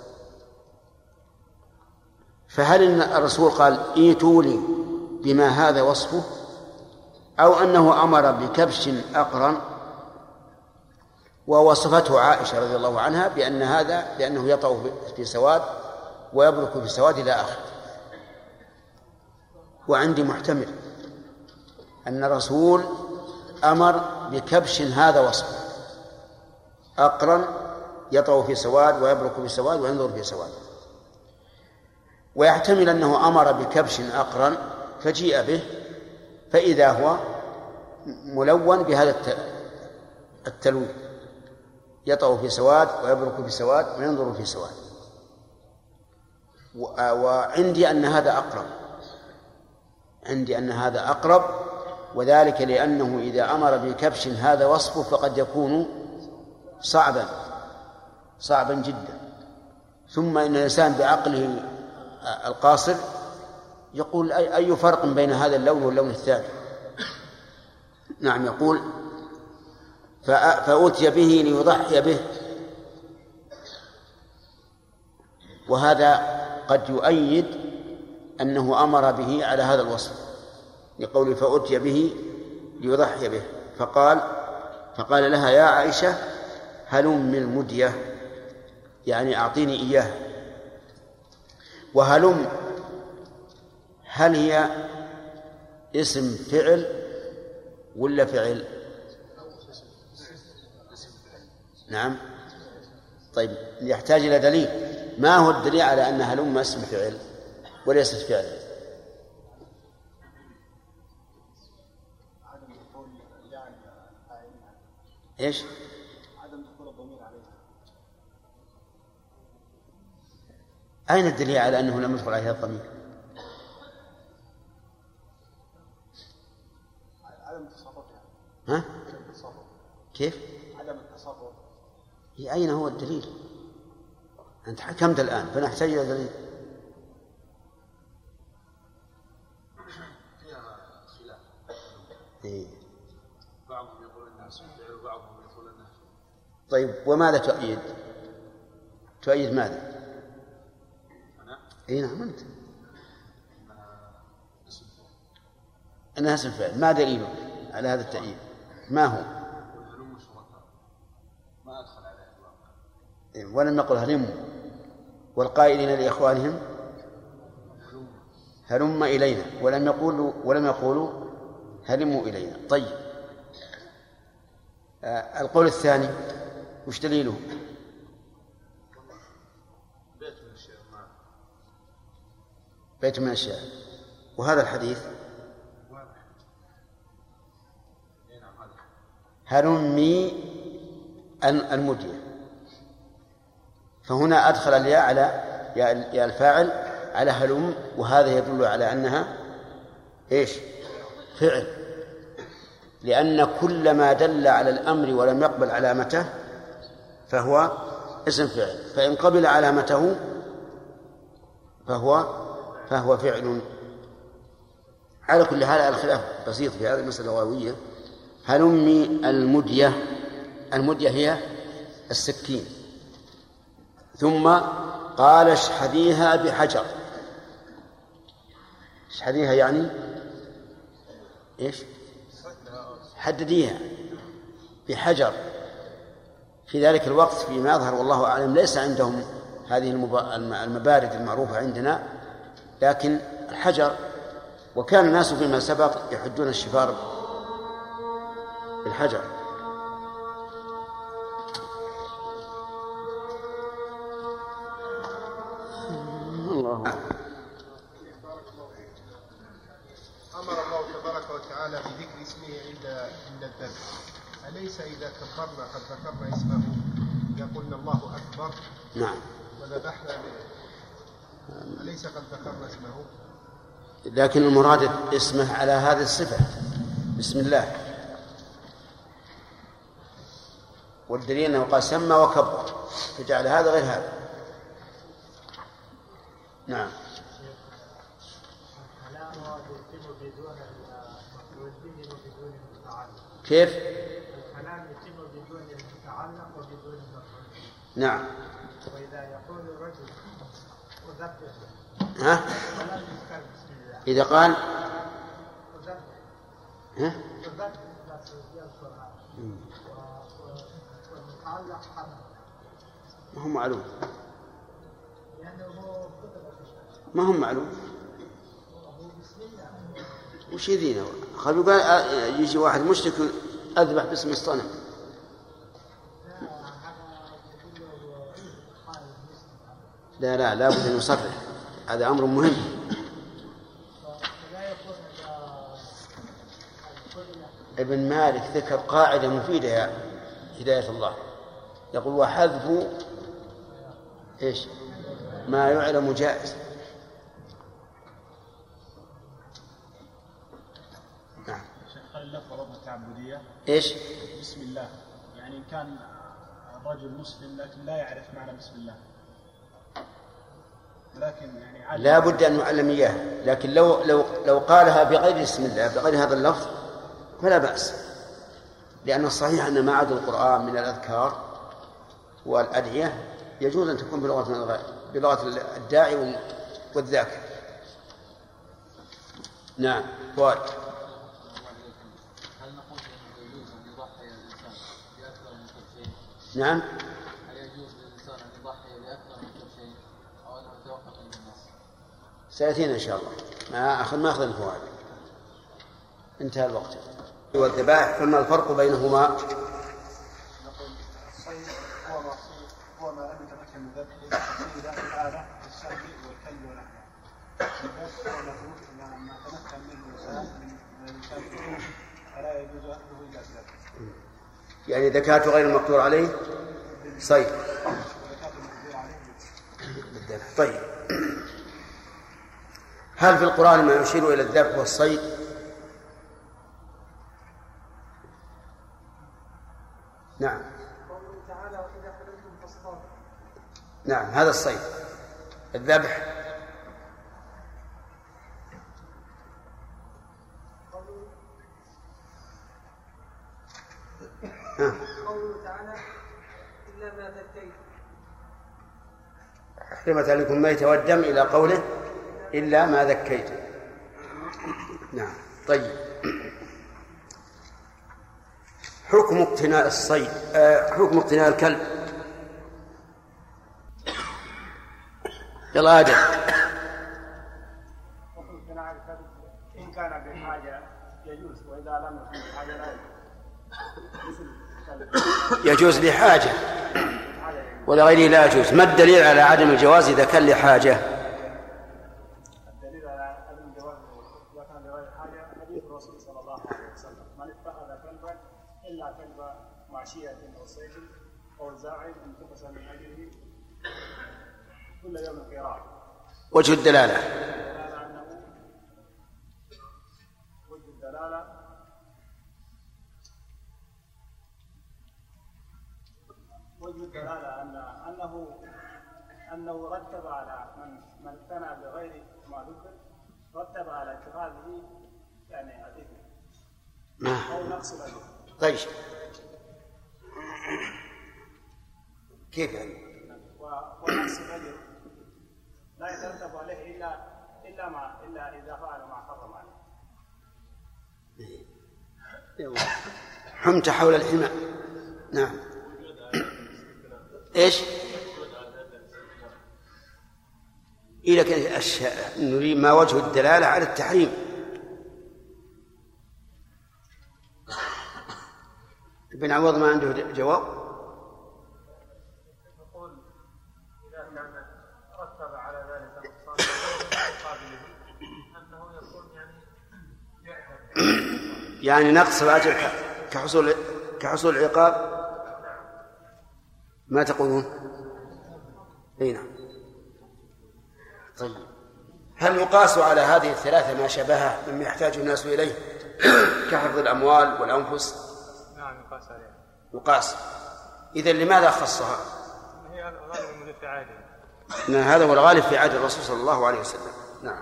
فهل الرسول قال ائتوا لي بما هذا وصفه، أو أنه أمر بكبش أقرن ووصفته عائشة رضي الله عنها بأن هذا لأنه يطأ في سواد ويبرك في سواد إلى آخر؟ وعندي محتمل أن الرسول أمر بكبش هذا وصفه، أقرن يطأ في سواد ويبرك في سواد وينظر في سواد. ويحتمل أنه أمر بكبش أقرن فجيء به فإذا هو ملون بهذا التلوين، يطأ في سواد ويبرك في سواد وينظر في سواد. وعندي أن هذا أقرب، عندي أن هذا أقرب، وذلك لأنه إذا أمر بكبش هذا وصفه فقد يكون صعبا جدا. ثم إن الإنسان بعقله القاصر يقول أي فرق بين هذا اللون واللون الثاني؟ نعم، يقول فأتي به ليضحي به، وهذا قد يؤيد أنه أمر به على هذا الوصف، لقوله فأتي به ليضحي به. فقال لها يا عائشة هلم المدية، يعني أعطيني إياه. وهلم هل هي اسم فعل ولا فعل؟ نعم. طيب، يحتاج إلى دليل. ما هو الدليل على أن هلم اسم فعل وليست فعل؟ ايش؟ عدم دخول الضمير عليها. أين الدليل على أنه لم يدخل عليها الضمير؟ عدم التصرف. ها؟ كيف؟ عدم التصرف. أين هو الدليل؟ أنت حكمت الآن فنحتاج إلى دليل. فيها خلاف. إيه. بعضهم يقول انها اسم فعل وبعضهم يقول انها. طيب، وماذا تؤيد؟ تؤيد ماذا؟ أنا؟ إيه نعم أنت. اسم فعل. أنها اسم فعل. ما دليله على هذا التأييد؟ ما هو؟ هلم شركاء. ما أدخل عليه الواقع. ولم يقل هلموا، والقائلين لإخوانهم هلم إلينا، ولم يقولوا هلموا إلينا. طيب، القول الثاني وش دليله؟ بيت من الشعر. وهذا الحديث هلمي المدية، فهنا أدخل الياء على يا الفاعل على هلم، وهذا يدل على أنها إيش؟ فعل، لأن كل ما دل على الأمر ولم يقبل علامته فهو اسم فعل، فإن قبل علامته فهو فعل. على كل حال الخلاف بسيط في هذه المسألة اللغوية. هلمي المدية، المدية هي السكين. ثم قال اشحذيها بحجر. اشحذيها يعني ايش؟ حدديها بحجر. في ذلك الوقت فيما يظهر والله أعلم ليس عندهم هذه المبارد المعروفة عندنا، لكن الحجر. وكان الناس فيما سبق يحدون الشفار بالحجر. الله. أمر الله تبارك وتعالى بذكر اسمه عند الذبح. أليس إذا كبرنا قد ذكرنا اسمه إذا قلنا الله أكبر؟ نعم. وذبحنا أليس قد ذكرنا اسمه؟ لكن المراد اسمه على هذه الصفة، بسم الله. والدليل أنه قال سمى وكبر، فجعل هذا غير هذا. نعم. كيف؟ الكلام يتم بدون المتعلق وبدون المفعول. نعم. وإذا يقول الرجل أذبح. ها؟ إذا قال أذبح. ها؟ أذبح بس يذكرها. والمتعلق حرف. ما هو معلوم. لأنه ما هم معلوم. وش يدينا؟ خلوا يجي واحد مشرك أذبح باسم الصنم. لا بد أن يصرح، هذا أمر مهم. ابن مالك ذكر قاعدة مفيدة يا هداية الله، يقول وحذف إيش ما يعلم جائز. نعم. هل اللفظ لفظ تعبدية؟ إيش؟ بسم الله، يعني كان الرجل مسلم لكن لا يعرف معنى بسم الله، لكن يعني لا بد أن يعلم إياه، لكن لو قالها بغير بسم الله، بغير هذا اللفظ، فلا بأس، لأن الصحيح أن ما عدا القرآن من الأذكار والأدعية يجوز أن تكون بلغة الداعي والذاكر. نعم. فؤاد. هل نقول أنه يجوز أن يضحي الإنسان بأكثر من شيء؟ نعم. هل يجوز للإنسان أن يضحي بأكثر من شيء أو أنه يتوقف عند الناس؟ سيأتينا إن شاء الله، ما أخذ الفوائد، انتهى الوقت. والذبائح فما الفرق بينهما؟ نقول الصيد هو ما لم يتمكن من ذبحه إلى الآلة السهل والكلب ونحوه. الذبح هو ما تمكن منه الإنسان من الكلب فلا يجوز أكله إلا الذبح. يعني ذكاة غير المقدور عليه صيد. طيب، هل في القرآن ما يشير إلى الذبح والصيد؟ نعم. قوله تعالى وإذا حللتم فاصطادوا. نعم، هذا الصيد. الذبح قوله تعالى إلا ما ذكيتم. حرمت عليكم الميت والدم إلى قوله إلا ما ذكيتم. نعم. طيب، حكم اقتناء الصيد، حكم اقتناء الكلب. يلا آدم. حكم اقتناء الكلب إن كان بحاجة يجوز، وإذا لم يكن بحاجة لا يجوز لحاجة ولغيره لا يجوز. ما الدليل على عدم الجواز إذا كان لحاجة؟ الدليل على عدم الجواز إذا كان لغير حاجة حديث الرسول صلى الله عليه وسلم: من اتخذ كلبا إلا كلب معشية أو صيد أو زاعم انتقص من أجله كل يوم قراءة. وجه الدلالة أنه رتب على من اقتنع بغير ما ذكر، رتب على اتخاذه يعني أدلة أو نقص الأدلة. طيب، كيف يعني؟ ونقص الأدلة لا يترتب عليه إلا إذا فعل ما حرم عليه. حمت حول الحمى. نعم. إيش؟ إذا كان نريد ما وجه الدلالة على التحريم. ابن عوض ما عنده جواب. نقول إذا كان رتب على ذلك نقصان مقابله أنه يكون يعني نقص الأجر كحصول العقاب. ما تقولون؟ أي نعم. طيب، هل يقاس على هذه الثلاثة ما شبهها مما يحتاج الناس إليه كحفظ الأموال والأنفس؟ نعم، يقاس عليها. يقاس. إذن لماذا خصها؟ هي غالب في عهده. هذا هو الغالب في عهد الرسول صلى الله عليه وسلم. نعم.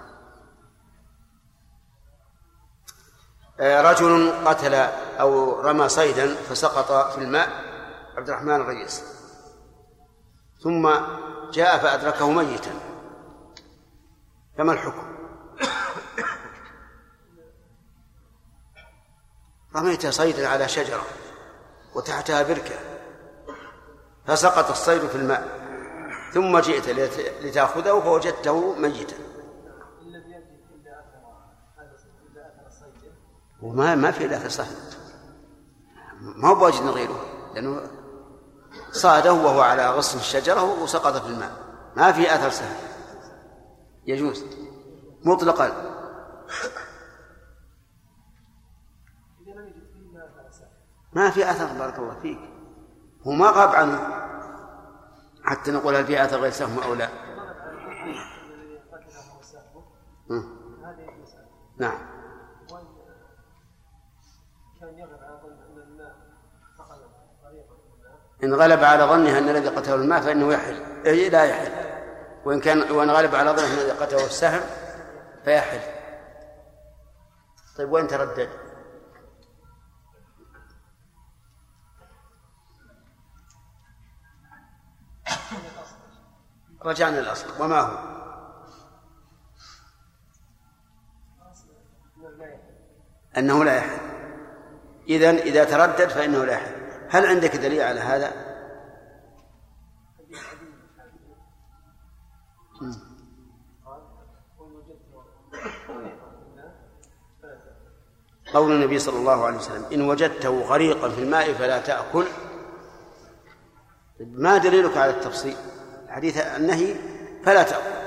رجل قتل أو رمى صيدا فسقط في الماء، عبد الرحمن الرئيس، ثم جاء فأدركه ميتا، فما الحكم؟ رميت صيدا على شجرة وتحتها بركة فسقط الصيد في الماء، ثم جئت لتأخذه فوجدته ميتا. وما في إلا أثر صحيح، ما هو بواجد نظيره، لأنه صاده وهو على غصن الشجرة وسقط في الماء، ما في أثر سهم، يجوز مطلقا. ما في أثر، بارك الله فيك، هو ما غاب عنه حتى نقول هل في أثر غير سهم أو لا. نعم. إن غلب على ظنها أن الذي قتله الماء فإنه يحل، لا يحل، وإن غلب على ظنها أن الذي قتله السهم فيحل. طيب وين تردد؟ رجعنا الأصل، وما هو؟ أنه لا يحل. إذن إذا تردد فإنه لا يحل. هل عندك دليل على هذا؟ قول النبي صلى الله عليه وسلم إن وجدته غريقا في الماء فلا تأكل، ما دليلك على التفصيل؟ حديث النهي فلا تأكل.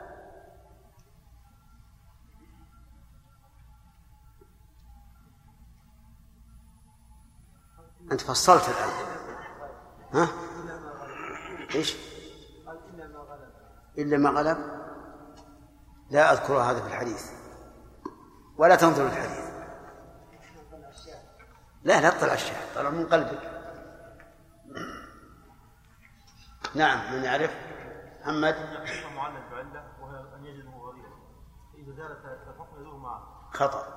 أنت فصلت الآن. ها؟ إيش؟ إلا ما غلب. لا أذكر هذا في الحديث، ولا تنظر الحديث. لا تطلع الشيء، طلع من قلبك. نعم. من يعرف؟ محمد. معلل بعلة وهي أن يجده غريبا، إذا زالت الحكم يدور معه. خطأ.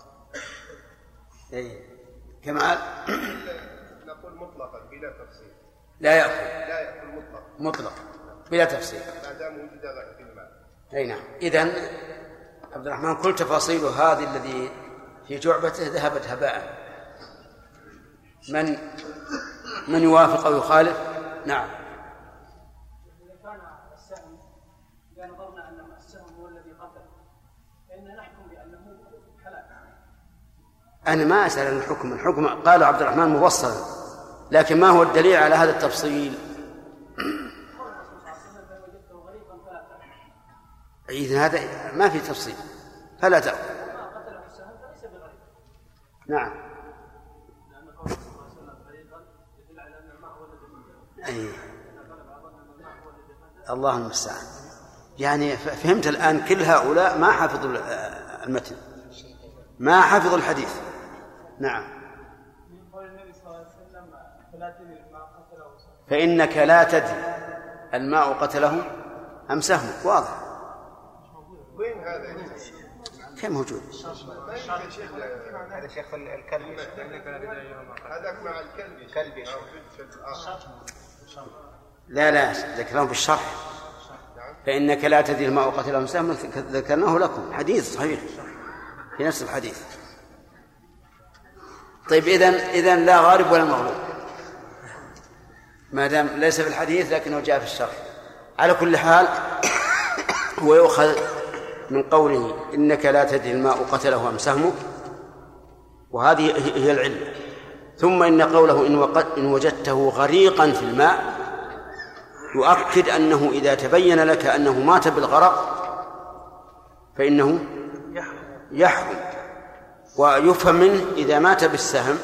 كمال. نقول مطلقا بلا تفصيل. لا يأكل. لا يأكل مطلق بلا تفصيل. ما دام وجد في الماء. أي نعم. إذن عبد الرحمن كل تفاصيل هذه الذي في جعبته ذهبت هباء. من يوافق أو يخالف؟ نعم. إذا كان السهم، إذا نظرنا أن السهم هو الذي قتل، فإن نحكم بأنه حلال. أنا ما أسأل عن الحكم قال عبد الرحمن مفصلا، لكن ما هو الدليل على هذا التفصيل؟ إذن هذا ما في تفصيل، فلا تأكل. نعم. الله المستعان. يعني فهمت الآن كل هؤلاء ما حفظوا المتن، ما حفظوا الحديث. نعم. فإنك لا تدري الماء قتله أم سهمك. واضح. وين هذا؟ كم موجود؟ هذا شيخ الكلبي. هذاك مع الكلبي. لا ذكرناه بالشرح. فإنك لا تدري الماء قتله أم سهمك، ذكرناه لكم حديث صحيح في نفس الحديث. طيب إذن لا غالب ولا مغلوب ما دام ليس في الحديث لكنه جاء في الشرح. على كل حال هو يؤخذ من قوله إنك لا تدري الماء قتله أم سهمك، وهذه هي العلة. ثم إن قوله إن وجدته غريقا في الماء يؤكد أنه إذا تبين لك أنه مات بالغرق فإنه يحرم، ويفهم منه إذا مات بالسهم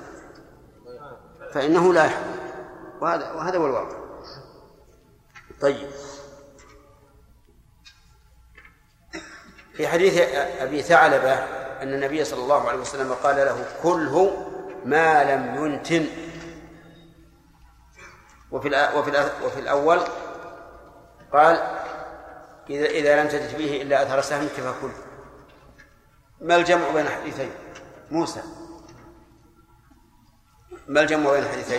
فإنه لا يحرم، وهذا هو الواقع. طيب، في حديث أبي ثعلبة أن النبي صلى الله عليه وسلم قال له كله ما لم ينتن. وفي الأول قال إذا لم تجد فيه إلا أثر سهمك فكل. ما الجمع بين الحديثين موسى؟ ما الجمع بين الحديثين؟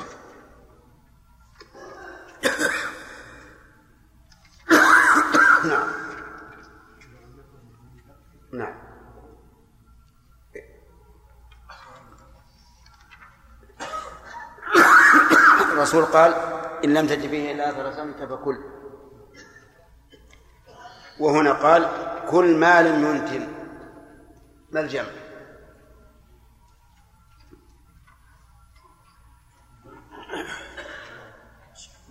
نعم. الرسول قال إن لم تجد فيه إلا أثر سهمك فكل، وهنا قال كل ما لم ينتن. ما الجمع؟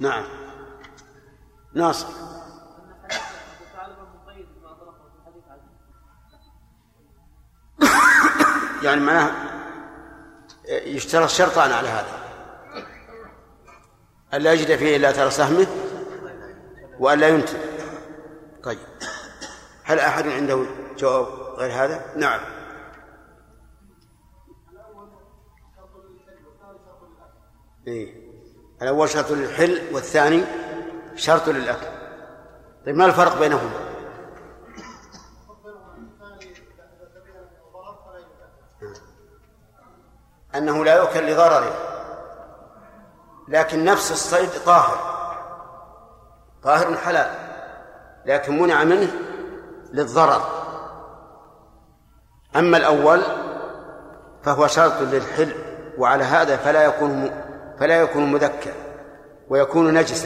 نعم. ناصر. يعني معناه يشترط شرطان على هذا: ألا يجد فيه إلا أثر سهمه، وألا ينتن. طيب، هل أحد عنده جواب غير هذا؟ نعم. الأول شرط للحل والثاني شرط للأكل. طيب، ما الفرق بينهما؟ أنه لا يؤكل لضرره، لكن نفس الصيد طاهر حلال، لكن منع منه للضرر. أما الأول فهو شرط للحل، وعلى هذا فلا يكون مذكى ويكون نجسا.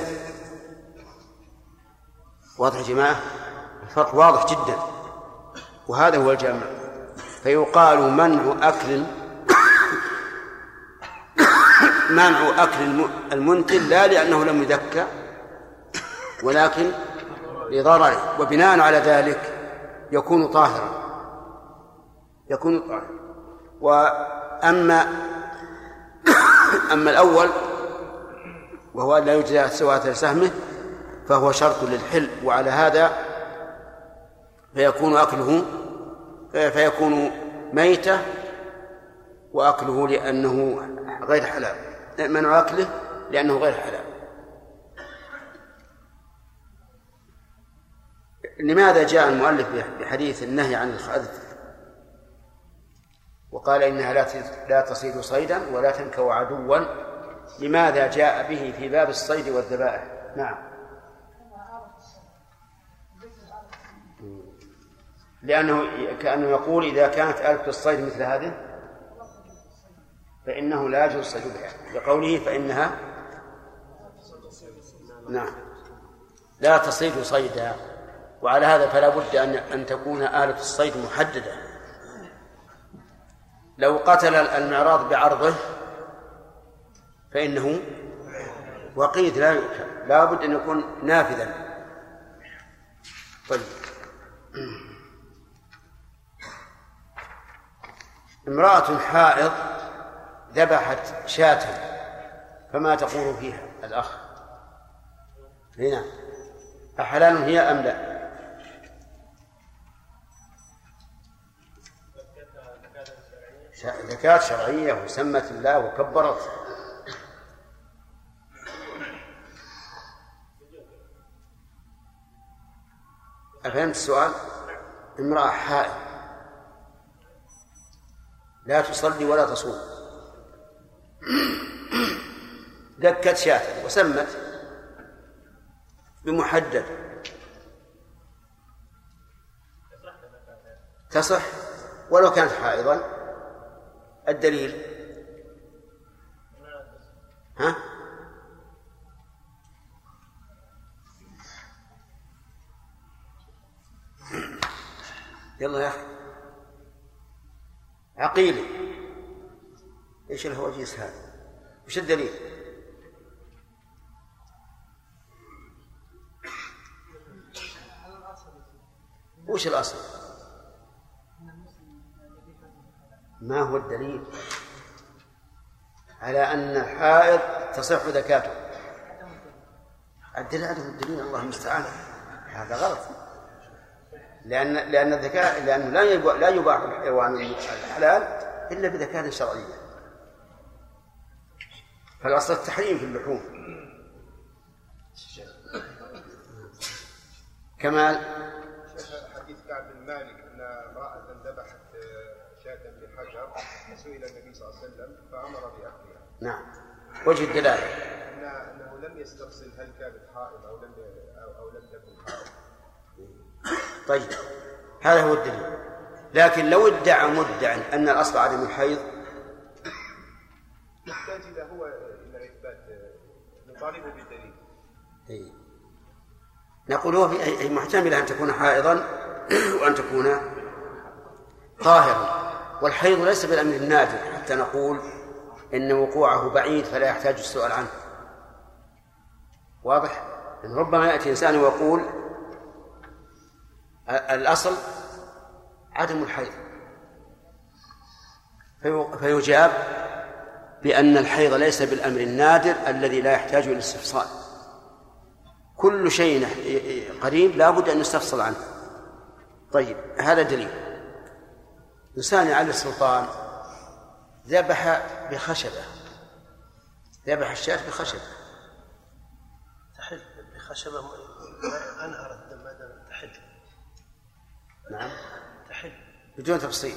واضح يا جماعة؟ الفرق واضح جدا، وهذا هو الجامع. فيقال منع أكل المنتن لا لأنه لم يذكى، ولكن لضرره، وبناء على ذلك يكون طاهرا. وأما الأول وهو لا يجزى سوى أثر سهمه فهو شرط للحل، وعلى هذا فيكون ميتة، وأكله لأنه غير حلال، منع أكله لأنه غير حلال. لماذا جاء المؤلف بحديث النهي عن الخذف وقال إنها لا تصيد صيدا ولا تنكو عدوا؟ لماذا جاء به في باب الصيد والذبائح؟ نعم، لأنه كأنه يقول إذا كانت آلة الصيد مثل هذه فإنه لا يجوز الصيد بها، لقوله فإنها لا تصيد صيدا. وعلى هذا فلا بد أن تكون آلة الصيد محددة. لو قتل المعراض بعرضه فإنه وقيد لا يؤكل، لا بد أن يكون نافذا. طيب، امرأة حائض ذبحت شاة، فما تقول فيها الأخ؟ هنا أحلال هي أم لا؟ زكاة شرعية وسمت الله وكبرت. أفهمت السؤال؟ امرأة حائض لا تصلي ولا تصوم، دكت شاة وسمت بمحدد، تصح ولو كانت حائضا. الدليل يلا يا أخي عقيلة، إيش الهوجيس هذا؟ وش الدليل؟ وش الأصل؟ ما هو الدليل على أن الحائض تصح زكاته؟ الدليل الله المستعان. هذا غلط، لأن الزكاة لأنه لا يباح الحيوان الحلال إلا بزكاة شرعية، فالأصل التحريم في اللحوم. كمال حديث كعب بن مالك أن امرأة ذبحت شاة بحجر فسئل النبي صلى الله عليه وسلم فأمر بأكلها. نعم، وجه الدلالة أنه لم يستفصل هل كانت حائض أو لم تكن حائض. طيب، هذا هو الدليل. لكن لو ادعى مدعي أن الأصل عدم الحيض يحتاج إلى إثبات، نطالبه بالدليل. نقول هو محتملة أن تكون حائضا وأن تكون طاهرا، والحيض ليس بالأمر النادر حتى نقول إن وقوعه بعيد فلا يحتاج السؤال عنه. واضح؟ يعني ربما يأتي إنسان ويقول الأصل عدم الحيض، فيجاب بأن الحيض ليس بالأمر النادر الذي لا يحتاج إلى استفصال. كل شيء قريب لا بد أن نستفصل عنه. طيب هذا دليل. إنسان علي السلطان ذبح بخشبة، ذبح الشاة بخشبة، تحل بخشبة أنهر الدم هذا تحل. نعم تحل بدون تفصيل.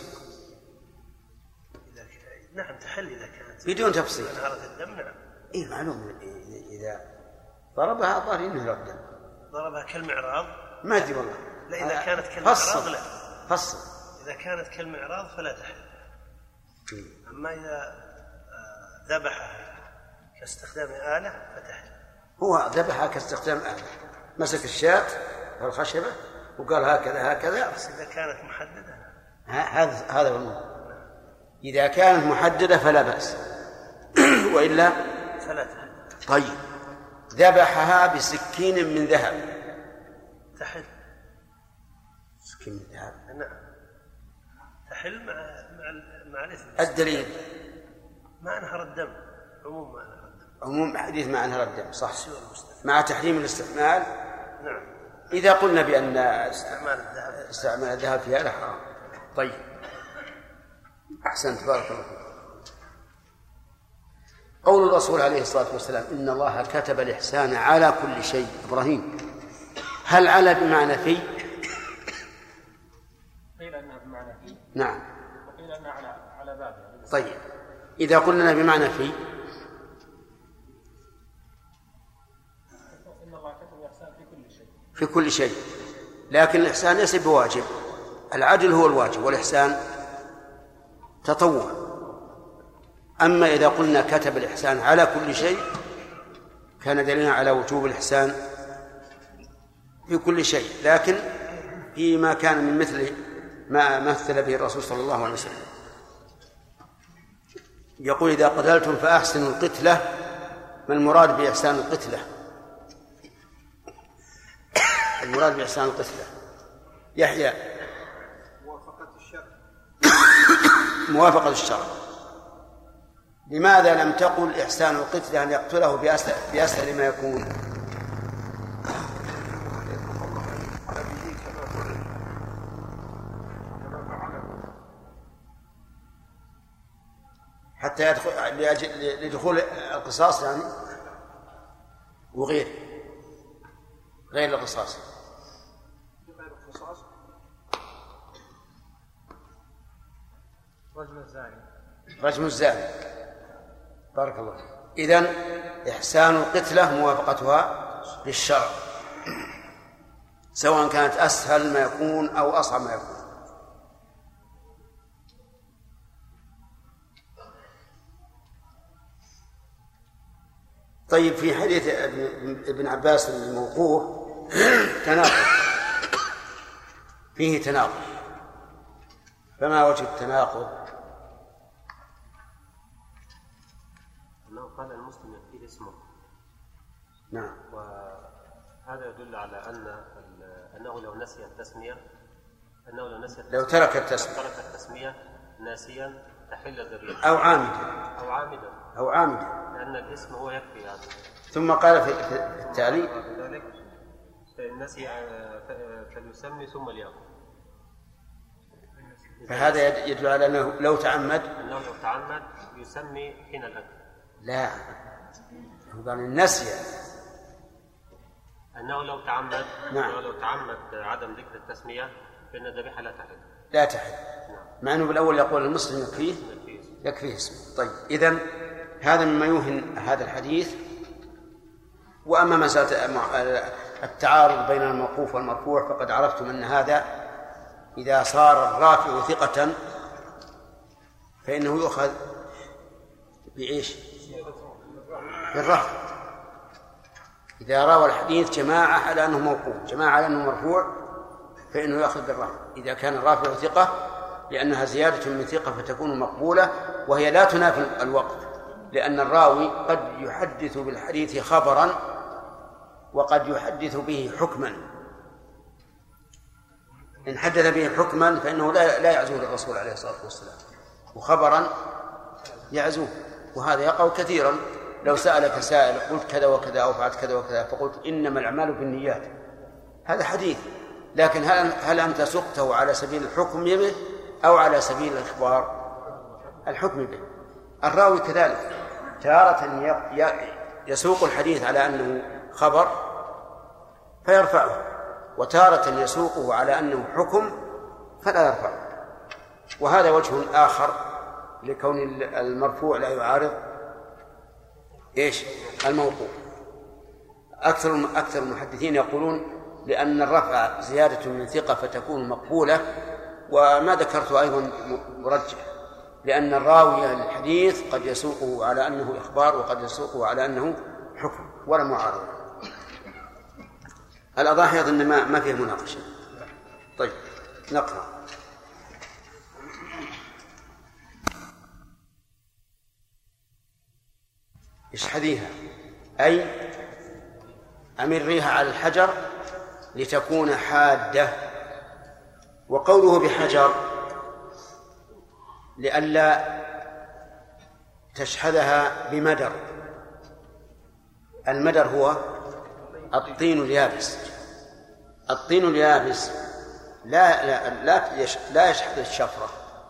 نعم تحل إذا كانت بدون تفصيل أنهرت الدم. نعم إيه معلوم. إذا ضربها ظاهر إنه الدم، ضربها كالمعراض ما أدري والله. لا إذا كانت كالمعراض لا فصل. إذا كانت كالمعراض فلا تحل. أما إذا ذبحها كاستخدام آلة فتحل. هو ذبحها كاستخدام آلة، مسك الشاة والخشبة وقال هكذا هكذا. بس إذا كانت محددة هذا هو الموضوع. إذا كانت محددة فلا بأس وإلا فلا تحل. طيب ذبحها بسكين من ذهب تحل. سكين من ذهب نعم تحل مع الإثم. الدليل ما أنهر الدم، عموم ما أنهر الدم، عموم حديث ما أنهر الدم صح، مع تحريم الاستعمال. نعم إذا قلنا بأن استعمال الذهب في هذا حرام. طيب أحسنت بارك الله فيك. قول الرسول عليه الصلاة والسلام إن الله كتب الإحسان على كل شيء. إبراهيم هل على بمعنى في؟ قيل أنها بمعنى في. نعم. وقيل أنها على بابها. طيب إذا قلنا بمعنى في، إن الله كتب الإحسان في كل شيء. في كل شيء، لكن الإحسان ليس بواجب. العدل هو الواجب والإحسان تطوع. أما إذا قلنا كتب الإحسان على كل شيء كان دليلا على وجوب الإحسان في كل شيء، لكن فيما كان من مثل ما مثل به الرسول صلى الله عليه وسلم. يقول إذا قتلتم فأحسنوا القتلة. ما المراد بإحسان القتلة؟ المراد بإحسان القتلة يحيى موافقة الشرع. لماذا لم تقل إحسان القتلة أن يقتله بأسهل ما يكون؟ حتى يدخل لدخول القصاص يعني وغير غير القصاص. رجم الزاني. بارك الله. إذن إحسان القتلة موافقتها للشرع سواء كانت أسهل ما يكون أو أصعب ما يكون. طيب في حديث ابن عباس الموقوف تناقض، فيه تناقض، فما وجه التناقض؟ أنه قال المسلم يكفيه اسمه. نعم. وهذا يدل على أنه لو نسي التسمية لو ترك التسمية ناسيا تحل ذريته أو عامدا لأن الاسم هو يكفي هذا. ثم قال في التالي ذلك فإن نسي فليسمي ثم ليأكل. فهذا يدل على أنه لو تعمد يسمي حين الأكل. لا، هو قال النسي أنه لو تعمد. نعم. لو تعمد عدم ذكر التسمية فإن الذبيحة لا تحل. نعم. مع أنه بالأول يقول المسلم يكفيه اسمه. طيب إذن هذا مما يوهن هذا الحديث. وأما مسألة التعارض بين الموقوف والمرفوع فقد عرفتم أن هذا إذا صار الرافع ثقة فإنه يؤخذ بإيش؟ بالرفع. إذا روى الحديث جماعة على أنه موقوف جماعة على أنه مرفوع فإنه يأخذ بالرفع إذا كان الرافع ثقة، لأنها زيادة من ثقة فتكون مقبولة، وهي لا تنافي الوقف، لأن الراوي قد يحدث بالحديث خبرا وقد يحدث به حكما. إن حدث به حكما فإنه لا يعزوه للرسول عليه الصلاة والسلام، وخبرا يعزوه، وهذا يقع كثيرا. لو سألك سائل قلت كذا وكذا أو فعلت كذا وكذا فقلت إنما الأعمال بالنيات، هذا حديث، لكن هل أنت سقته على سبيل الحكم به أو على سبيل الإخبار؟ الحكم به. الراوي كذلك تارة يسوق الحديث على أنه خبر فيرفعه، وتارة يسوقه على أنه حكم فلا يرفعه. وهذا وجه آخر لكون المرفوع لا يعارض الموقوف. أكثر المحدثين يقولون لأن الرفع زيادة من ثقة فتكون مقبولة، وما ذكرت أيضا مرجح، لأن الراوي الحديث قد يسوقه على أنه إخبار وقد يسوقه على أنه حكم ولا معارضة. الأضاحي أظن ما فيه مناقشة. طيب نقرأ. اشحذيها أي أمريها على الحجر لتكون حادة. وقوله بحجر لئلا تشحذها بمدر. المدر هو الطين اليابس. الطين اليابس لا يشحذ الشفرة،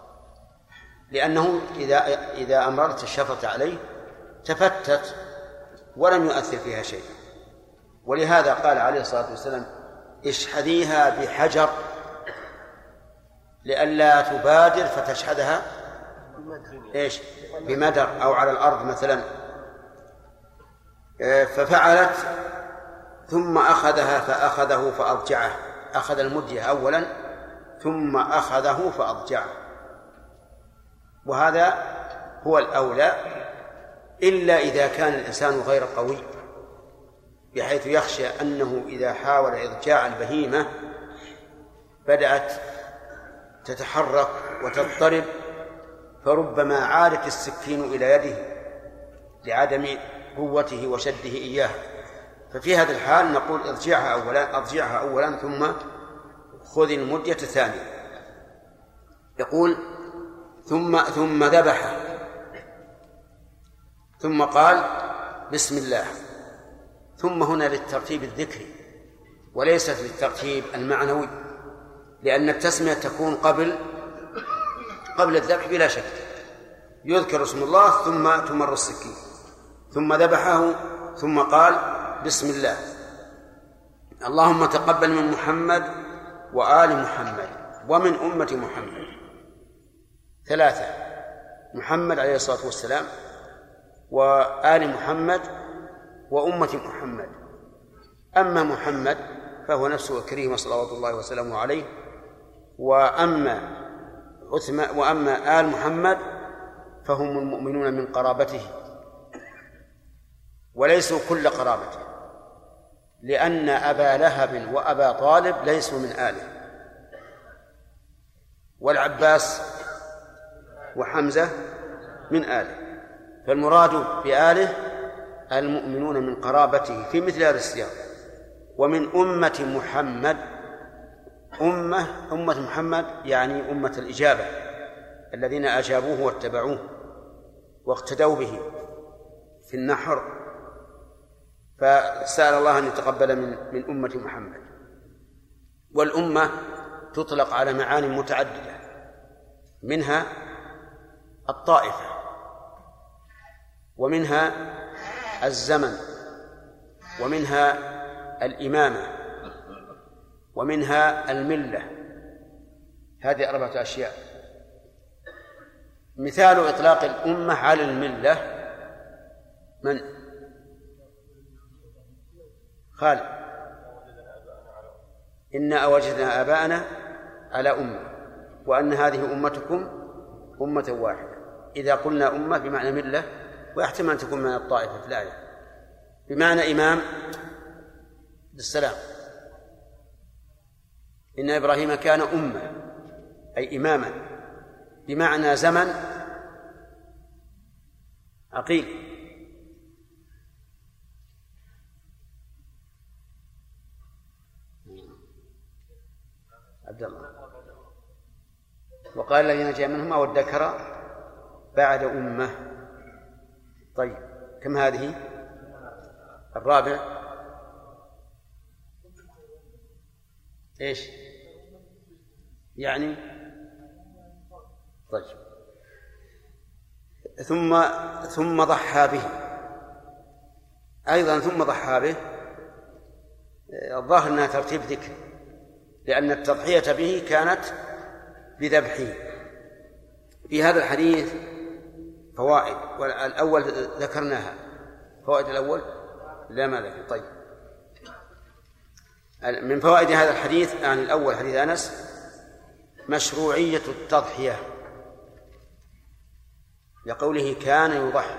لأنه إذا أمررت الشفرة عليه تفتت ولم يؤثر فيها شيء. ولهذا قال عليه الصلاة والسلام اشحذيها بحجر لئلا تبادر فتشحذها بمدر أو على الأرض مثلا. ففعلت ثم أخذها فأخذه فأضجعه. أخذ المدية أولا ثم أخذه فأضجعه، وهذا هو الأولى، إلا إذا كان الإنسان غير قوي بحيث يخشى أنه إذا حاول إضجاع البهيمة بدأت تتحرك وتضطرب فربما عادت السكين إلى يده لعدم قوته وشده إياه. ففي هذا الحال نقول أضجعها أولا ثم خذ المدية الثانية. يقول ثم ذبح ثم قال بسم الله. ثم هنا للترتيب الذكري وليست للترتيب المعنوي، لأن التسمية تكون قبل الذبح بلا شك. يذكر اسم الله ثم تمر السكين. ثم ذبحه ثم قال بسم الله. اللهم تقبل من محمد وآل محمد ومن أمة محمد. ثلاثة: محمد عليه الصلاة والسلام وآل محمد وأمة محمد. أما محمد فهو نفسه الكريم صلوات الله وسلامه عليه، وأما آل محمد فهم المؤمنون من قرابته وليسوا كل قرابته، لأن أبا لهب وأبا طالب ليسوا من آله، والعباس وحمزة من آله. فالمراد بآله المؤمنون من قرابته في مثل هذا السياق. ومن أمة محمد، أمة محمد يعني أمة الإجابة، الذين أجابوه واتبعوه واقتدوا به في النحر، فسأل الله أن يتقبل من أمة محمد. والأمة تطلق على معاني متعددة، منها الطائفة، ومنها الزمن، ومنها الإمامة، ومنها الملة. هذه 4 أشياء. مثال إطلاق الأمة على الملة من؟ خالد: إنا وجدنا آباءنا على أمة وأن هذه أمتكم أمة واحدة. إذا قلنا أمة بمعنى ملة، ويحتمل أن تكون من الطائفة في الآية بمعنى إمام بالسلام. إن إبراهيم كان أمة أي إماما. بمعنى زمن عقيل. عبد الله. وقال الذين جاء منهما والذكر بعد أمة. طيب كم هذه؟ الرابع إيش يعني؟ طيب ثم ضحى به أيضا. ثم ضحى به الظاهر أنها ترتيب ذكر، لأن التضحية به كانت بذبحه. في هذا الحديث فوائد، والأول ذكرناها. فوائد الأول لا ما ذكر. طيب من فوائد هذا الحديث عن الأول حديث أنس مشروعية التضحية، لقوله كان يضحي،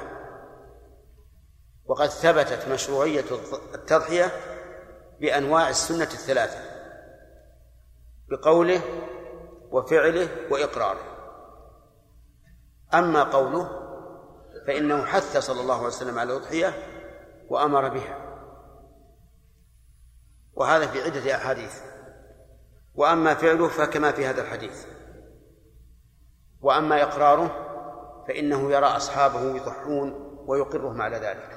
وقد ثبتت مشروعية التضحية بأنواع السنة الثلاثة، بقوله وفعله وإقراره. أما قوله فإنه حث صلى الله عليه وسلم على الأضحية وأمر بها، وهذا في عدة أحاديث. وأما فعله فكما في هذا الحديث. وأما إقراره فإنه يرى أصحابه يضحون ويقرهم على ذلك.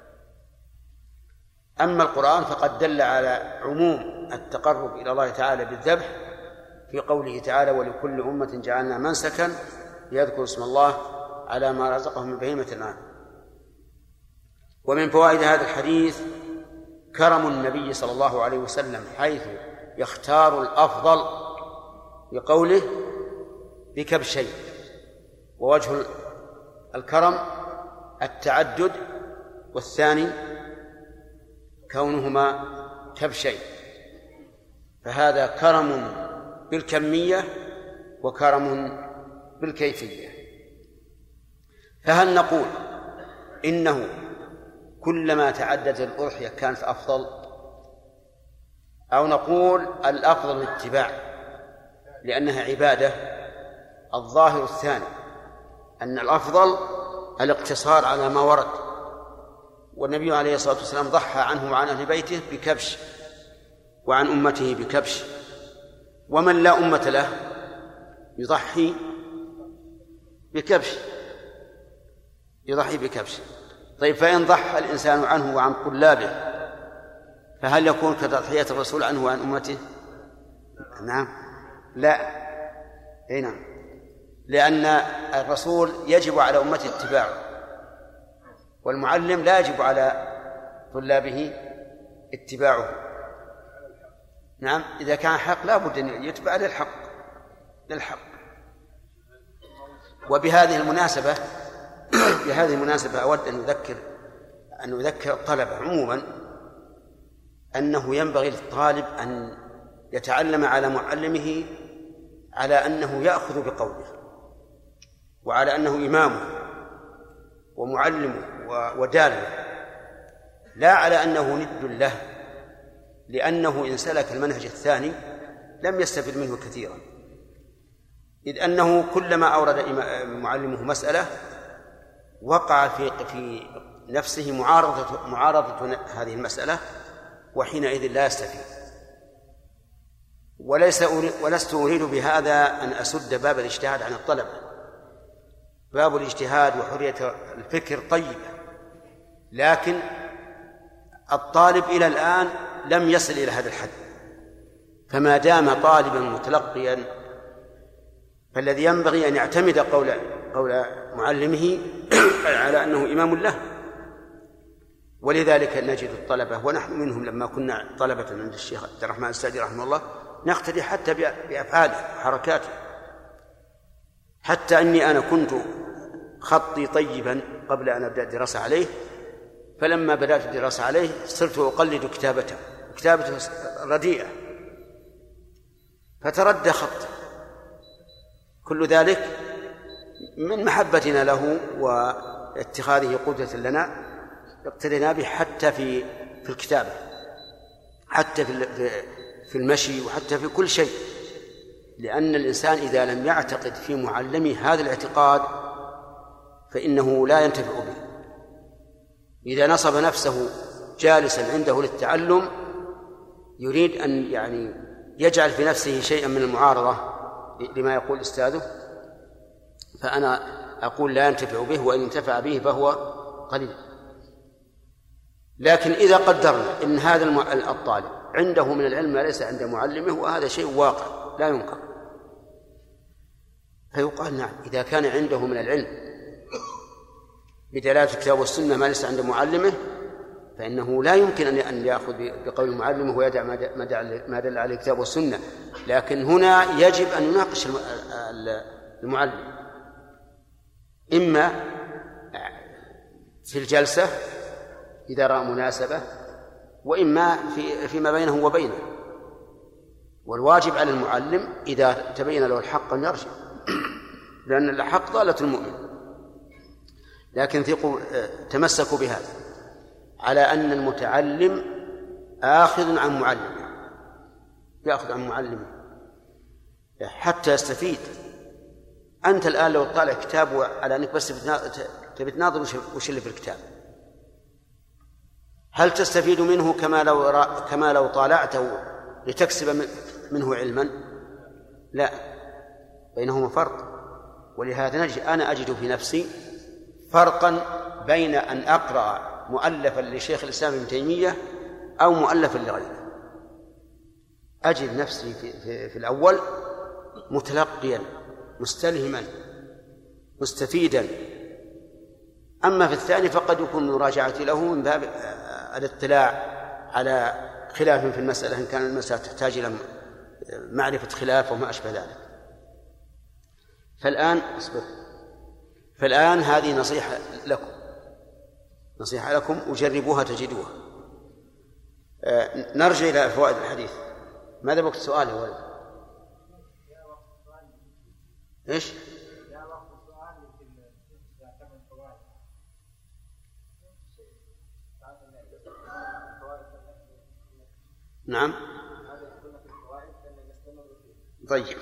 أما القرآن فقد دل على عموم التقرب إلى الله تعالى بالذبح في قوله تعالى ولكل أمة جعلنا منسكا ليذكروا اسم الله على ما رزقهم من بهيمة الأنعام. ومن فوائد هذا الحديث كرم النبي صلى الله عليه وسلم حيث يختار الأفضل بقوله بكبشين. ووجه الكرم التعدد، والثاني كونهما كبشين، فهذا كرم بالكمية وكرم بالكيفية. فهل نقول إنه كلما تعدد الأضحية كانت أفضل، أو نقول الأفضل الاتباع لأنها عبادة؟ الظاهر الثاني، أن الأفضل الاقتصار على ما ورد، والنبي عليه الصلاة والسلام ضحى عنه وعن أهل بيته بكبش، وعن أمته بكبش، ومن لا أمة له يضحي بكبش. طيب فإن ضحى الإنسان عنه وعن طلابه فهل يكون كتضحية الرسول عنه وعن أمته؟ نعم. لا. أي نعم، لأن الرسول يجب على أمته اتباعه، والمعلم لا يجب على طلابه اتباعه. نعم، إذا كان حق لا بد أن يتبع للحق. وبهذه المناسبة أود أن أذكر الطلبة عموما أنه ينبغي للطالب أن يتعلم على معلمه على أنه يأخذ بقوله، وعلى أنه إمامه ومعلمه وداله، لا على أنه ند له، لأنه إن سلك المنهج الثاني لم يستفد منه كثيرا، إذ أنه كلما أورد معلمه مسألة وقع في نفسه معارضة هذه المسألة، وحينئذ لا يستفيد. ولست أريد بهذا أن أسد باب الاجتهاد عن الطلبة. باب الاجتهاد وحرية الفكر طيبة، لكن الطالب إلى الآن لم يصل إلى هذا الحد، فما دام طالبا متلقيا فالذي ينبغي أن يعتمد قول معلمه على أنه إمام له. ولذلك نجد الطلبة ونحن منهم لما كنا طلبة عند الشيخ عبد الرحمن السعدي رحمه الله نقتدي حتى بأفعاله وحركاته، حتى أني أنا كنت خطي طيبا قبل أن أبدأ الدراسة عليه، فلما بدأت الدراسة عليه صرت أقلد كتابته رديئة فتردى خطي. كل ذلك من محبتنا له واتخاذه قدوة لنا اقتدينا به حتى في الكتابة، حتى في المشي، وحتى في كل شيء، لأن الإنسان إذا لم يعتقد في معلمه هذا الاعتقاد فإنه لا ينتفع به. إذا نصب نفسه جالسا عنده للتعلم يريد أن يجعل في نفسه شيئا من المعارضة لما يقول أستاذه فأنا أقول لا ينتفع به، وإن انتفع به فهو قليل. لكن إذا قدرنا أن هذا الطالب عنده من العلم ما ليس عند معلمه، وهذا شيء واقع لا ينكر، فيقال نعم إذا كان عنده من العلم بدلالة الكتاب والسنة ما ليس عند معلمه فإنه لا يمكن أن يأخذ بقول معلمه ويدع ما دل عليه الكتاب والسنة. لكن هنا يجب أن يناقش المعلم إما في الجلسة إذا رأى مناسبة، وإما فيما بينه وبينه. والواجب على المعلم إذا تبين له الحق أن يرجع، لأن الحق ضالة المؤمن. لكن تمسكوا بهذا على أن المتعلم آخذ عن معلمه، يأخذ عن معلمه حتى يستفيد. أنت الآن لو تطالع كتاب على أنك بس تبي تناظر وش اللي في الكتاب، هل تستفيد منه كما لو طالعته لتكسب منه علما؟ لا، بينهما فرق. ولهذا أنا أجد في نفسي فرقا بين أن أقرأ مؤلفا لشيخ الإسلام ابن تيمية أو مؤلفا لغيره. أجد نفسي في الأول متلقيا مستلهما مستفيدا، أما في الثاني فقد يكون مراجعتي له من باب الاطلاع على خلاف في المسألة إن كان المسألة تحتاج إلى معرفة خلاف وما أشبه ذلك. فالآن هذه نصيحة لكم وجربوها تجدوها. نرجع إلى فوائد الحديث. ماذا وقت سؤالي ولد؟ إيش؟ نعم. طيب،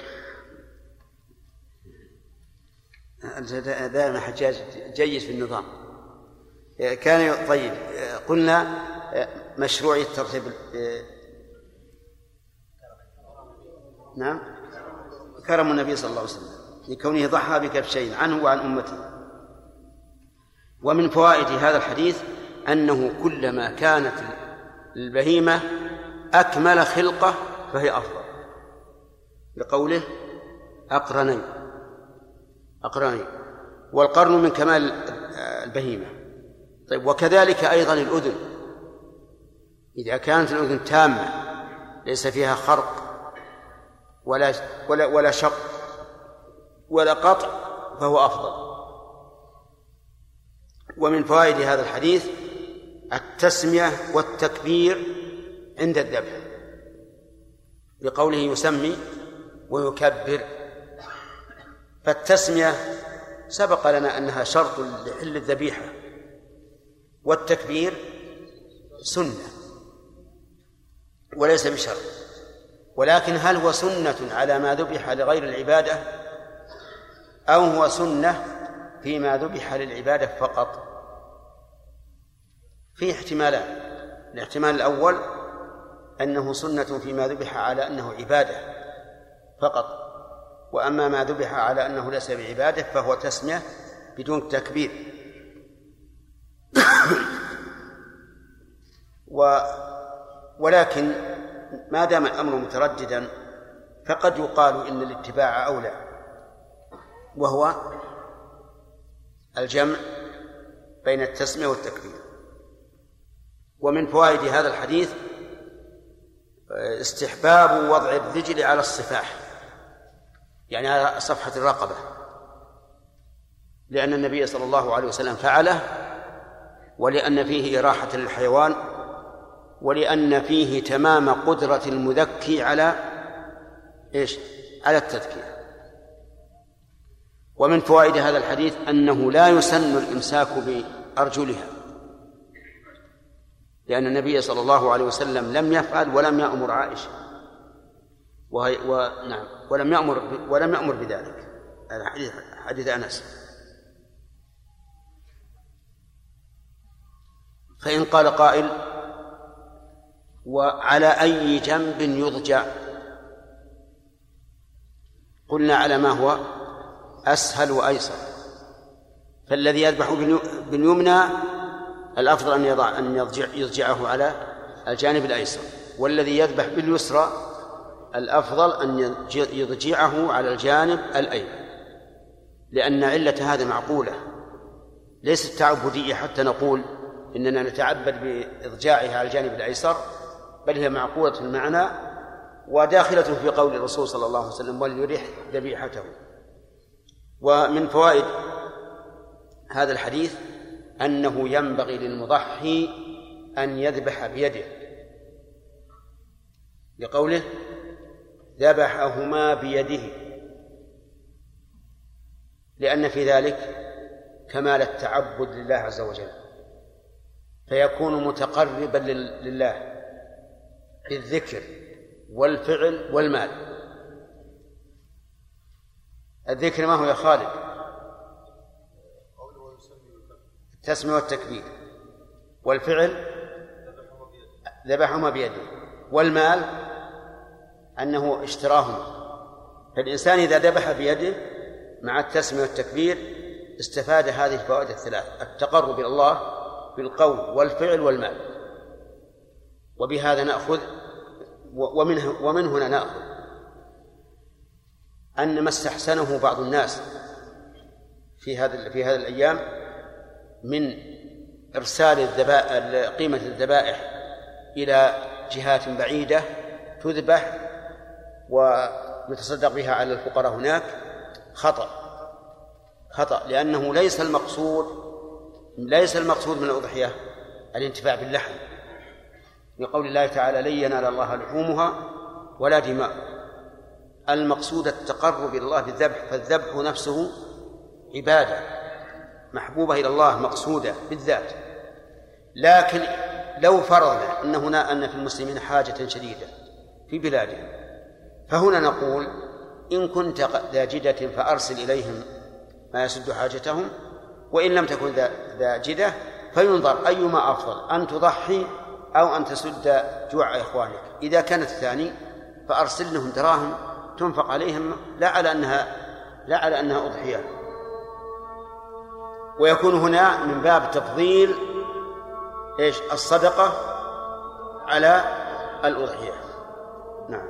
دائما حجاج جيد في النظام. كان طيب، قلنا مشروعية ترتيب نعم كرم النبي صلى الله عليه وسلم لكونه ضحى بكبشين عنه وعن أمته. ومن فوائد هذا الحديث أنه كلما كانت البهيمة أكمل خلقة فهي أفضل، بقوله أقرنين، والقرن من كمال البهيمة. طيب، وكذلك أيضا الأذن، إذا كانت الأذن تامة ليس فيها خرق ولا شق ولا قطع فهو أفضل. ومن فوائد هذا الحديث التسمية والتكبير عند الذبح، بقوله يسمي ويكبر. فالتسمية سبق لنا أنها شرط لحل الذبيحة، والتكبير سنة وليس بشرط. ولكن هل هو سنة على ما ذبح لغير العبادة أو هو سنة فيما ذبح للعبادة فقط؟ في احتمالان. الاحتمال الأول أنه سنة فيما ذبح على أنه عبادة فقط، وأما ما ذبح على أنه ليس بعبادة فهو تسمية بدون تكبير. ولكن ما دام الأمر مترددا فقد يقال إن الاتباع أولى، وهو الجمع بين التسمية والتكبير. ومن فوائد هذا الحديث استحباب وضع الرجل على الصفاح، يعني على صفحة الرقبة، لأن النبي صلى الله عليه وسلم فعله، ولأن فيه إراحة للحيوان، ولأن فيه تمام قدرة المذكي على التذكير. ومن فوائد هذا الحديث أنه لا يسن الإمساك بأرجلها، لأن النبي صلى الله عليه وسلم لم يفعل ولم يأمر عائشة، ولم يأمر بذلك. هذا حديث أنس. فإن قال قائل: وعلى أي جنب يضجع؟ قلنا على ما هو أسهل وأيسر. فالذي يذبح باليمنى الأفضل أن يضجعه على الجانب الأيسر، والذي يذبح باليسرى الأفضل أن يضجعه على الجانب الأيمن، لأن علة هذا معقولة ليست تعبدية حتى نقول إننا نتعبد بإضجاعها على الجانب الأيسر، بل هي معقولة المعنى وداخلة في قول الرسول صلى الله عليه وسلم وليرح ذبيحته. ومن فوائد هذا الحديث أنه ينبغي للمضحي أن يذبح بيده، لقوله ذبحهما بيده، لأن في ذلك كمال التعبد لله عز وجل، فيكون متقربا لله بالذكر والفعل والمال. الذكر ما هو يا خالد؟ التسمية والتكبير. والفعل ذبحهما بيده. والمال أنه اشتراهما. فالإنسان إذا ذبح بيده مع التسمية والتكبير استفاد هذه الفوائد الثلاث: التقرب إلى الله بالقول والفعل والمال. وبهذا نأخذ ومن هنا نأخذ أن ما استحسنه بعض الناس في هذه الأيام من إرسال قيمة الذبائح إلى جهات بعيدة تذبح ويتصدق بها على الفقراء هناك خطأ، لأنه ليس المقصود من الأضحية الانتفاع باللحم، لقول الله تعالى لن ينال الله لحومها ولا دماء. المقصود التقرب إلى الله بالذبح، فالذبح نفسه عبادة محبوبة إلى الله مقصودة بالذات. لكن لو فرضنا أن في المسلمين حاجة شديدة في بلادهم، فهنا نقول إن كنت ذا جدة فأرسل إليهم ما يسد حاجتهم، وإن لم تكن ذا جدة فينظر أيما أفضل، أن تضحي أو أن تسد جوع إخوانك. إذا كانت الثاني فأرسل لهم دراهم تنفق عليهم لا على أنها أضحية. ويكون هنا من باب تفضيل الصدقة على الأضحية. نعم.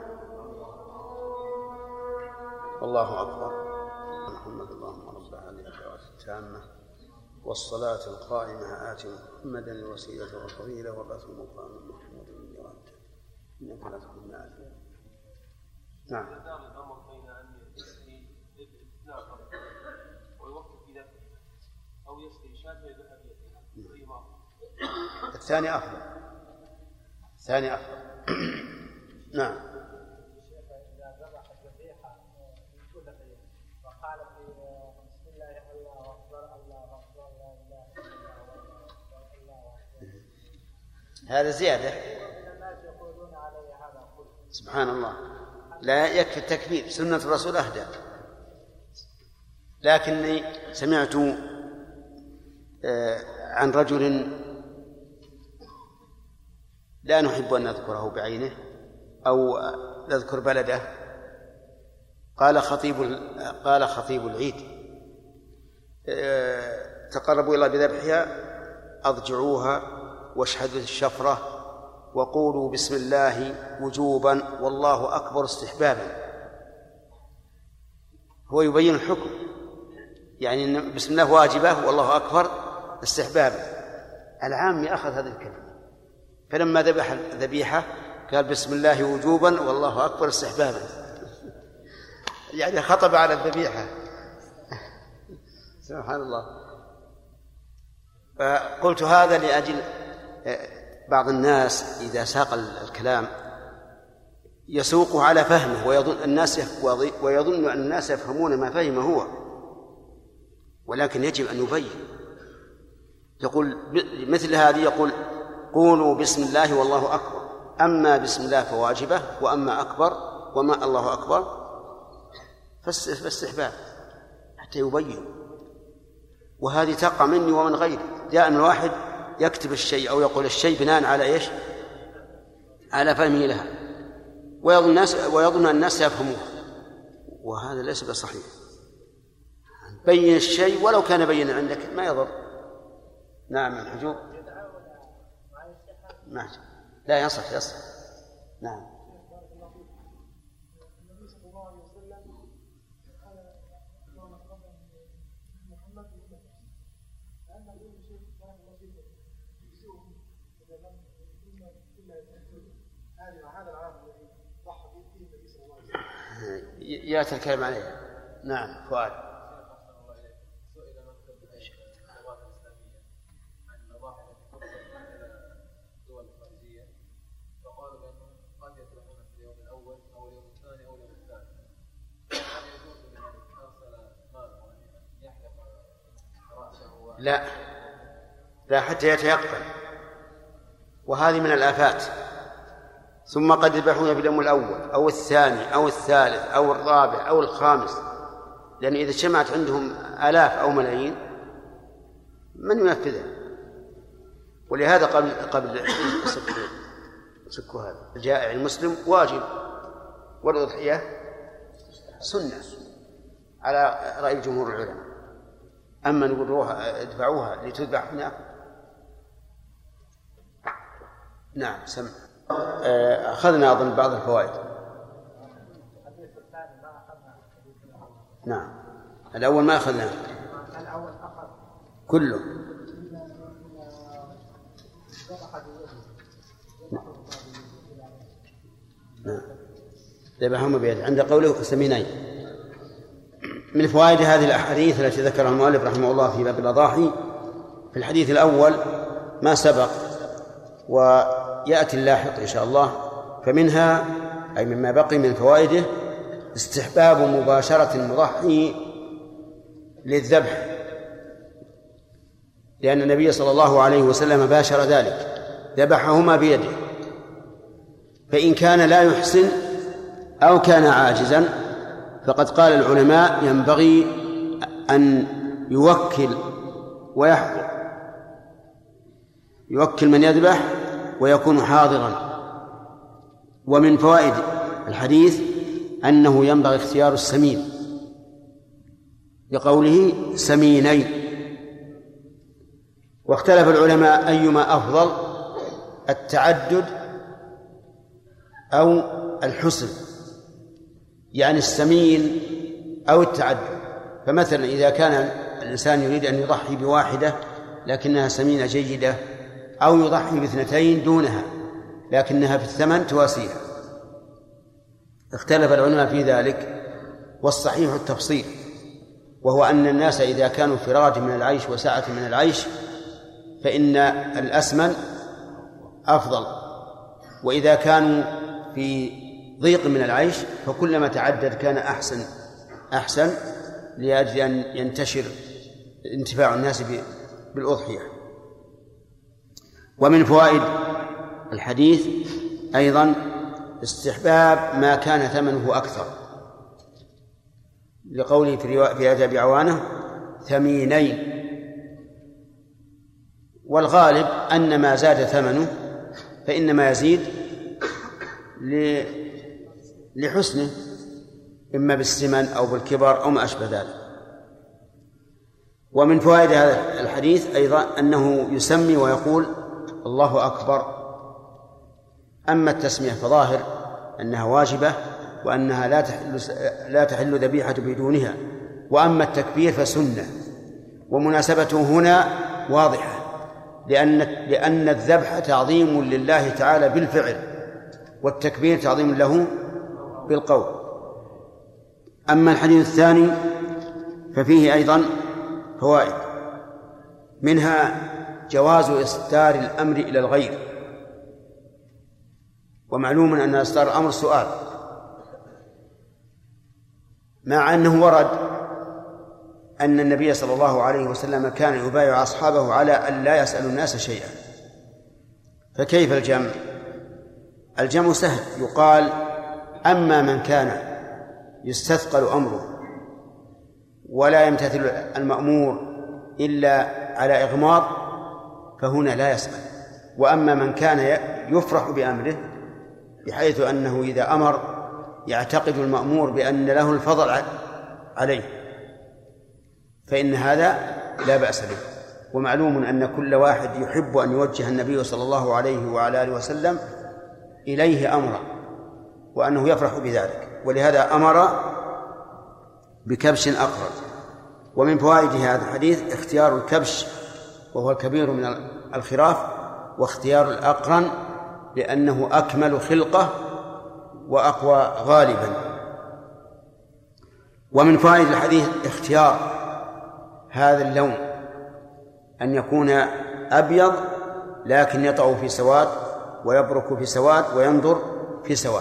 الله أكبر. محمد اللهم رب هذه الدعوة التامة والصلاة القائمة آت محمدا الوسيلة والفضيلة وبعث مقام محمود من جرانته إنك لا تكون عافية. نعم. الأمر بين أن يسقي ويوقف في ذلك أو يسقي شاة ويذبح بيده. الثاني أفضل. نعم. هذا زيادة. سبحان الله، لا يكفي التكبير، سنة الرسول أهدى. لكني سمعت عن رجل لا نحب أن نذكره بعينه أو نذكر بلده، قال خطيب العيد تقربوا إلى بذبحها أضجعوها واشهدوا الشفرة وقولوا بسم الله وجوبا والله أكبر استحبابا. هو يبين الحكم، يعني بسم الله واجبة والله أكبر استحبابا. العامي أخذ هذه الكلمة، فلما ذبح الذبيحة قال بسم الله وجوبا والله أكبر استحبابا، يعني خطب على الذبيحة. سبحان الله. فقلت هذا لأجل بعض الناس إذا ساق الكلام يسوقه على فهمه ويظن أن الناس يفهمون ما فهم هو، ولكن يجب أن يبين. يقول مثل هذه، يقول قولوا بسم الله والله أكبر، أما بسم الله فواجبة، وأما أكبر وما الله أكبر فاستحباب، حتى يبين. وهذه تقع مني ومن غيري. جاء من واحد يكتب الشيء أو يقول الشيء بناء على إيش؟ على فهمه لها، ويظن الناس يفهموه، وهذا ليس بصحيح. بين الشيء ولو كان بينا عندك ما يضر. نعم الحجوب لا يصح. نعم. يأتي الكلام عليه. نعم فؤاد. لا حتى يتيقن، وهذه من الآفات. ثم قد يذبحون في اليوم الأول أو الثاني أو الثالث أو الرابع أو الخامس، لأن إذا اجتمعت عندهم آلاف أو ملايين من ينفذها؟ ولهذا قبل سكوا هذا الجائع المسلم واجب، والأضحية سنة على رأي جمهور العلماء. أما نقول روها ادفعوها لتذبح هناك. نعم سمع. أخذنا أظن بعض الفوائد. نعم الأول ما أخذناه كله. نعم ذبحهم بيد عند قوله سمينين. من فوائد هذه الأحاديث التي ذكرها المؤلف رحمه الله في باب الأضاحي، في الحديث الأول ما سبق ويأتي اللاحق إن شاء الله. فمنها أي مما بقي من فوائده استحباب مباشرة المضحي للذبح، لأن النبي صلى الله عليه وسلم باشر ذلك، ذبحهما بيده. فإن كان لا يحسن أو كان عاجزا فقد قال العلماء ينبغي أن يوكل ويحضر، يوكل من يذبح ويكون حاضرا. ومن فوائد الحديث أنه ينبغي اختيار السمين لقوله سمينين. واختلف العلماء أيما أفضل، التعدد أو الحسن، يعني السمين أو التعدد. فمثلا إذا كان الإنسان يريد أن يضحي بواحدة لكنها سمينة جيدة، أو يضحي باثنتين دونها لكنها في الثمن تواسيها، اختلف العلماء في ذلك. والصحيح التفصيل، وهو أن الناس إذا كانوا في رغد من العيش وسعة من العيش فإن الأسمن أفضل، وإذا كانوا في ضيق من العيش فكلما تعدد كان أحسن لأجل أن ينتشر انتفاع الناس بالأضحية. ومن فوائد الحديث أيضا استحباب ما كان ثمنه أكثر، لقوله في أبي عوانة ثمينين. والغالب أن ما زاد ثمنه فإنما يزيد لحسنه، إما بالسمن أو بالكبر أو ما أشبه ذلك. ومن فوائد هذا الحديث أيضا أنه يسمي ويقول الله أكبر. أما التسمية فظاهر أنها واجبة وأنها لا تحل ذبيحة بدونها، وأما التكبير فسنة. ومناسبته هنا واضحة، لأن الذبح تعظيم لله تعالى بالفعل، والتكبير تعظيم له بالقول. أما الحديث الثاني ففيه أيضا فوائد، منها جواز إصدار الأمر إلى الغير، ومعلوم أن إصدار الأمر سؤال، مع أنه ورد أن النبي صلى الله عليه وسلم كان يبايع أصحابه على أن لا يسأل الناس شيئا. فكيف الجمع؟ الجمع سهل، يقال أما من كان يستثقل أمره ولا يمتثل المأمور إلا على إغماض فهنا لا يسأل. وأما من كان يفرح بأمره بحيث أنه إذا أمر يعتقد المأمور بأن له الفضل عليه فإن هذا لا بأس به. ومعلوم أن كل واحد يحب أن يوجه النبي صلى الله عليه وعلى آله وسلم إليه أمرا وأنه يفرح بذلك، ولهذا أمر بكبش أقرن. ومن فوائد هذا الحديث اختيار الكبش وهو الكبير من الخراف، واختيار الأقرن لأنه أكمل خلقة وأقوى غالبا. ومن فوائد الحديث اختيار هذا اللون أن يكون أبيض لكن يطأ في سواد ويبرك في سواد وينظر في سواد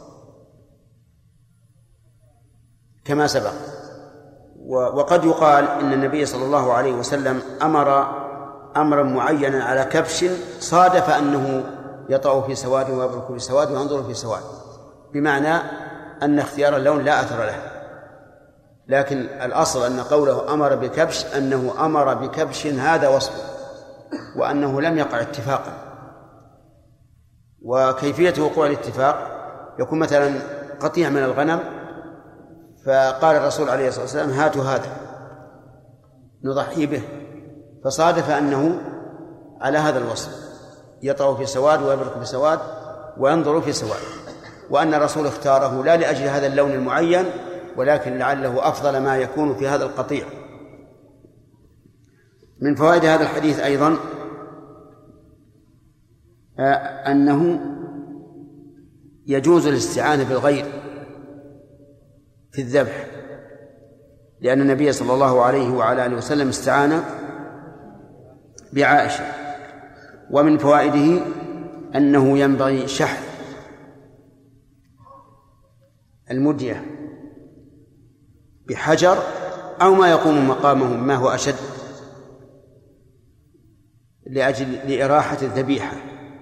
كما سبق. وقد يقال إن النبي صلى الله عليه وسلم أمر أمرا معينا على كبش صادف أنه يطأ في سواد ويبرك في سواد وينظر في سواد، بمعنى أن اختيار اللون لا أثر له. لكن الأصل أن قوله أمر بكبش أنه أمر بكبش هذا وصفه، وأنه لم يقع اتفاقا. وكيفية وقوع الاتفاق يكون مثلا قطيع من الغنم فقال الرسول عليه الصلاة والسلام هاتوا هذا نضحي به، فصادف أنه على هذا الوصف يطأ في سواد ويبرك في سواد وينظر في سواد، وأن الرسول اختاره لا لأجل هذا اللون المعين ولكن لعله أفضل ما يكون في هذا القطيع. من فوائد هذا الحديث أيضا أنه يجوز الاستعانة بالغير في الذبح، لأن النبي صلى الله عليه وعلى آله وسلم استعان بعائشة. ومن فوائده أنه ينبغي شحذ المدية بحجر أو ما يقوم مقامه مما هو أشد لإراحة الذبيحة.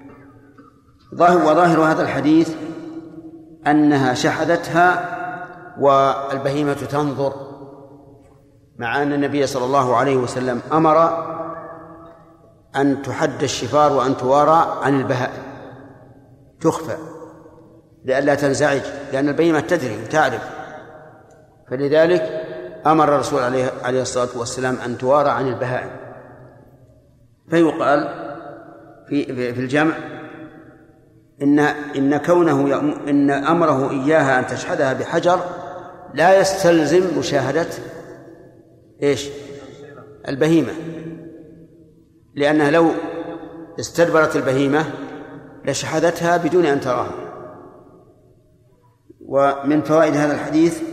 وظاهر هذا الحديث أنها شحذتها والبهيمة تنظر، مع أن النبي صلى الله عليه وسلم أمر أن تحد الشفار وأن توارى عن البهائم تخفى لئلا تنزعج، لأن البهيمة تدري وتعرف، فلذلك أمر الرسول عليه الصلاة والسلام أن توارى عن البهائم. فيقال في الجمع إن كونه إن أمره إياها أن تشحذها بحجر لا يستلزم مشاهدة البهيمة، لأنها لو استدبرت البهيمة لشحذتها بدون أن تراها. ومن فوائد هذا الحديث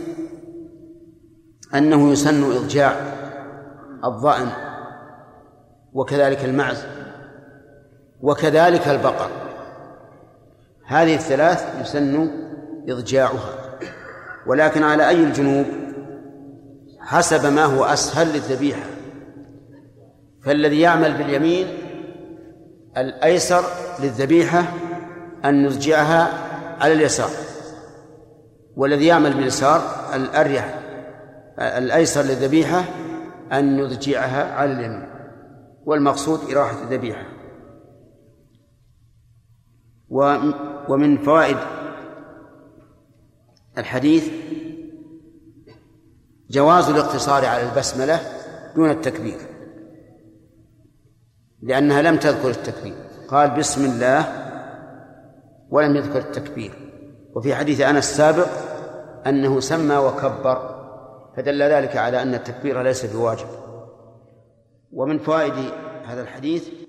أنه يسن إضجاع الضأن وكذلك المعز وكذلك البقر، هذه الثلاث يسن إضجاعها، ولكن على أي الجنوب حسب ما هو أسهل للذبيحة. فالذي يعمل باليمين الأيسر للذبيحة أن نضجعها على اليسار، والذي يعمل باليسار الأريح الأيسر للذبيحة أن نضجعها على اليمين، والمقصود إراحة الذبيحة. ومن فوائد الحديث جواز الاقتصار على البسملة دون التكبير، لأنها لم تذكر التكبير، قال بسم الله ولم يذكر التكبير. وفي حديث أنس السابق أنه سمى وكبر، فدل ذلك على أن التكبير ليس بواجب. ومن فوائد هذا الحديث